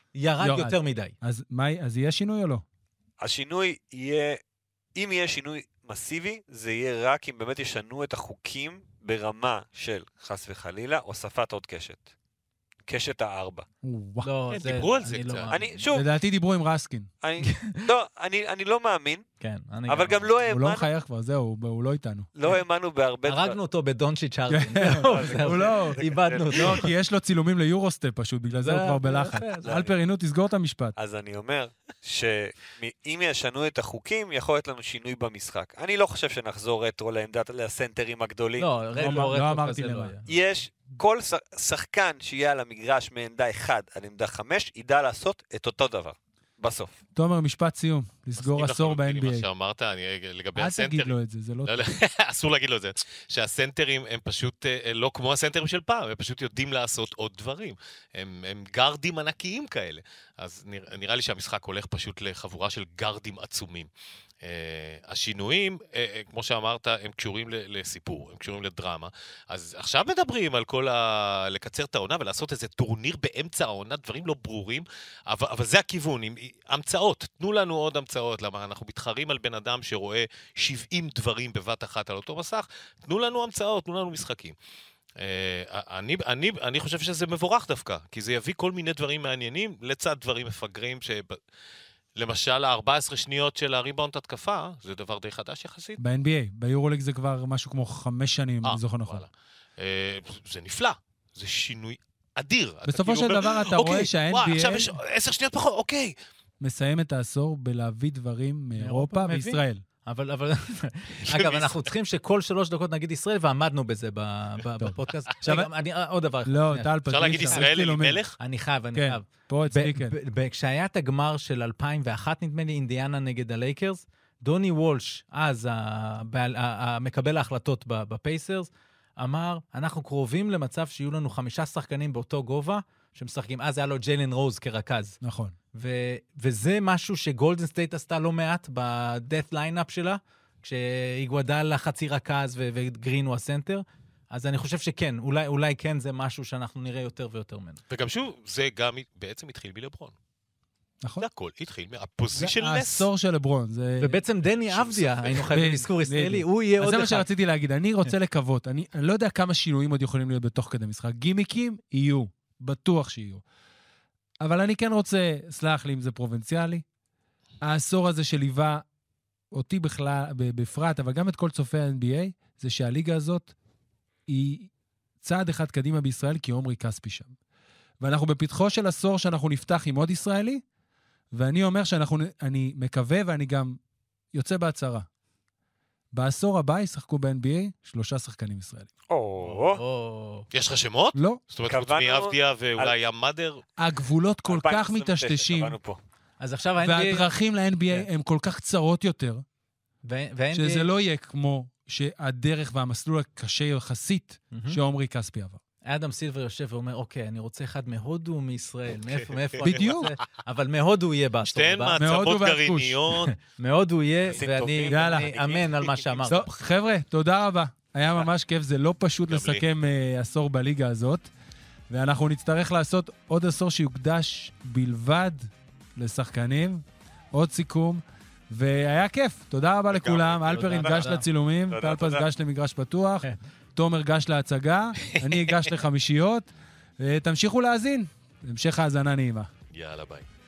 ירד יורד. יותר מדי. אז מה, אז יהיה שינוי או לא? השינוי יהיה, אם יהיה שינוי מסיבי, זה יהיה רק אם באמת ישנו את החוקים ברמה של, חס וחלילה, הוספת עוד קשת. קשת הארבע. וואו. לא, כן, זה... דיברו על זה אני לא קצת. מאמין. אני, שוב, לדעתי דיברו עם רסקין. אני, לא, אני, אני לא מאמין, כן, אני אבל גם לא הוא לא האמנו, מחייך כבר, זהו, הוא- הוא לא איתנו. לא האמנו בהרבה הרגנו אותו בדונצ'יץ' הרדין. הוא לא, איבדנו אותו. לא, כי יש לו צילומים ליורוסטפ פשוט, בגלל זה הוא זה- כבר זה בלחץ. יפה, זה- אלפר, הנה, תסגור את המשפט. אז אני אומר שאם ישנו את החוקים, יכול להיות לנו שינוי במשחק. אני לא חושב שנחזור רטרו לעמדת הסנטרים הגדולים. לא, לא רטרו, אמר- לא רטרו אמרתי כזה לא למה. יהיה. יש, כל ש- שחקן שיהיה על המגרש מעמדה אחד עד עמדה חמש, ידע לעשות את אותו דבר, בסוף. תומר, משפט סיום, לסגור מסכים עשור לחלוטין עם ב-אן בי מה איי. שאמרת, אני, לגבי אל הסנטרים. תגיד לו את זה, זה לא... לא, לא, אסור להגיד לו את זה, שהסנטרים הם פשוט אה, לא כמו הסנטרים של פעם, הם פשוט יודעים לעשות עוד דברים. הם, הם גרדים ענקיים כאלה. אז נרא, נראה לי שהמשחק הולך פשוט לחבורה של גרדים עצומים. Uh, השינויים, uh, uh, כמו שאמרת, הם קשורים ל- לסיפור, הם קשורים לדרמה. אז עכשיו מדברים על כל ה... לקצר את העונה ולעשות איזה טורניר באמצע העונה, דברים לא ברורים, אבל, אבל זה הכיוון, עם, המצאות, תנו לנו עוד המצאות, למה אנחנו מתחרים על בן אדם שרואה שבעים דברים בבת אחת על אותו מסך, תנו לנו המצאות, תנו לנו משחקים. Uh, אני, אני, אני חושב שזה מבורך דווקא, כי זה יביא כל מיני דברים מעניינים, לצד דברים מפגרים ש... למשל, ה-ארבע עשרה שניות של הריבאונד התקפה, זה דבר די חדש יחסית. ב-אן בי איי, ביורוליג זה כבר משהו כמו חמש שנים, אם אה, אני זוכר נכון. וואלה. אה, זה נפלא, זה שינוי אדיר. אתה בסופו כאילו של אומר, דבר אתה אוקיי, רואה שה-אן וואי, בי איי עכשיו יש עשר שניות פחות, אוקיי. מסיים את העשור בלהביא דברים מאירופה מביא. וישראל. אבל, אבל, אגב, אנחנו צריכים שכל שלוש דקות נגיד ישראל, ועמדנו בזה ב- ב- בפודקאסט. עכשיו- רגע, אני- עוד דבר אחד. לא, שנייה. טל, פשוט... אפשר להגיד ישראל אלימלך? אני חייב, אני כן, חייב. פה אצלי ב- כן. ב- ב- כשהיה את הגמר של אלפיים ואחת, נדמה לי, אינדיאנה נגד הלייקרס, דוני וולש, אז הבעל- ה- המקבל ההחלטות ב- בפייסרס, אמר, אנחנו קרובים למצב שיהיו לנו חמישה שחקנים באותו גובה, שמשחקים. אז היה לו ג'יילן רוז כרכז. נכון. ו- וזה משהו שגולדן סטייט עשתה לא מעט בדאט ליינאפ שלה, כשהיגואדל חצי רכז ו- וגרין הוא הסנטר. אז אני חושב שכן, אולי, אולי כן זה משהו שאנחנו נראה יותר ויותר ממנו. וגם שוב, זה גם בעצם התחיל מלברון. נכון. זה הכל התחיל זה מהפוזישן לס. העשור של לברון. זה... ובעצם דני שום אבדיה, ספק. היינו חייבים בדיוק, לזכור ישראלי, בדיוק. הוא יהיה אז עוד זה מה אחד. שרציתי להגיד, אני רוצה לקוות, אני אני לא יודע כמה שינויים עוד יכולים להיות בתוך כדי משחק. גימיקים יהיו, בטוח שיהיו. אבל אני כן רוצה, סלח לי אם זה פרובינציאלי, העשור הזה שליווה אותי בכלל, בפרט, אבל גם את כל צופי ה-אן בי איי, זה שהליגה הזאת היא צעד אחד קדימה בישראל, כי עומרי כספי שם. ואנחנו בפתחו של עשור שאנחנו נפתח עם עוד ישראלי, ואני אומר שאנחנו, אני מקווה ואני גם יוצא בהצהרה. בעשור הבא ישחקו ב-אן בי איי שלושה שחקנים ישראלים. או, או, יש לך שמות? לא, זאת אומרת, חוץ קבענו מאבדיה ואולי המאדר? הגבולות כל כך אלפיים עשרים ותשע, מטשטשים, קבענו פה. אז עכשיו ה-אן בי איי... והדרכים ל-אן בי איי הן כל כך קצרות יותר, וה-אן בי איי... שזה לא יהיה כמו שהדרך והמסלול הקשה יחסית מהמם. שעומרי כספי עבר. אדם סילבר יושב ואומר, אוקיי, אני רוצה אחד מהודו או מישראל, אוקיי. מאיפה, מאיפה אני בדיוק. רוצה... אבל מהודו יהיה בעשור שתיהן הבא. מהודו מעצמות ועד כוש. גרעיניות. מהודו יהיה, יחסים ואני טובים. יאללה. אני אמן על מה שאמרת. טוב, חבר'ה, תודה רבה. היה ממש כיף, זה לא פשוט גם לי. לסכם אה, עשור בליגה הזאת, ואנחנו נצטרך לעשות עוד עשור שיוקדש בלבד לשחקנים, עוד סיכום, והיה כיף. תודה רבה לכולם. אלפר תודה, ניגש תודה. לצילומים, תודה, טלפז תודה. גש למגרש פתוח, כן. תומר גש להצגה, אני אגש לחמישיות, ותמשיכו להאזין. המשך האזנה נעימה. יאללה ביי.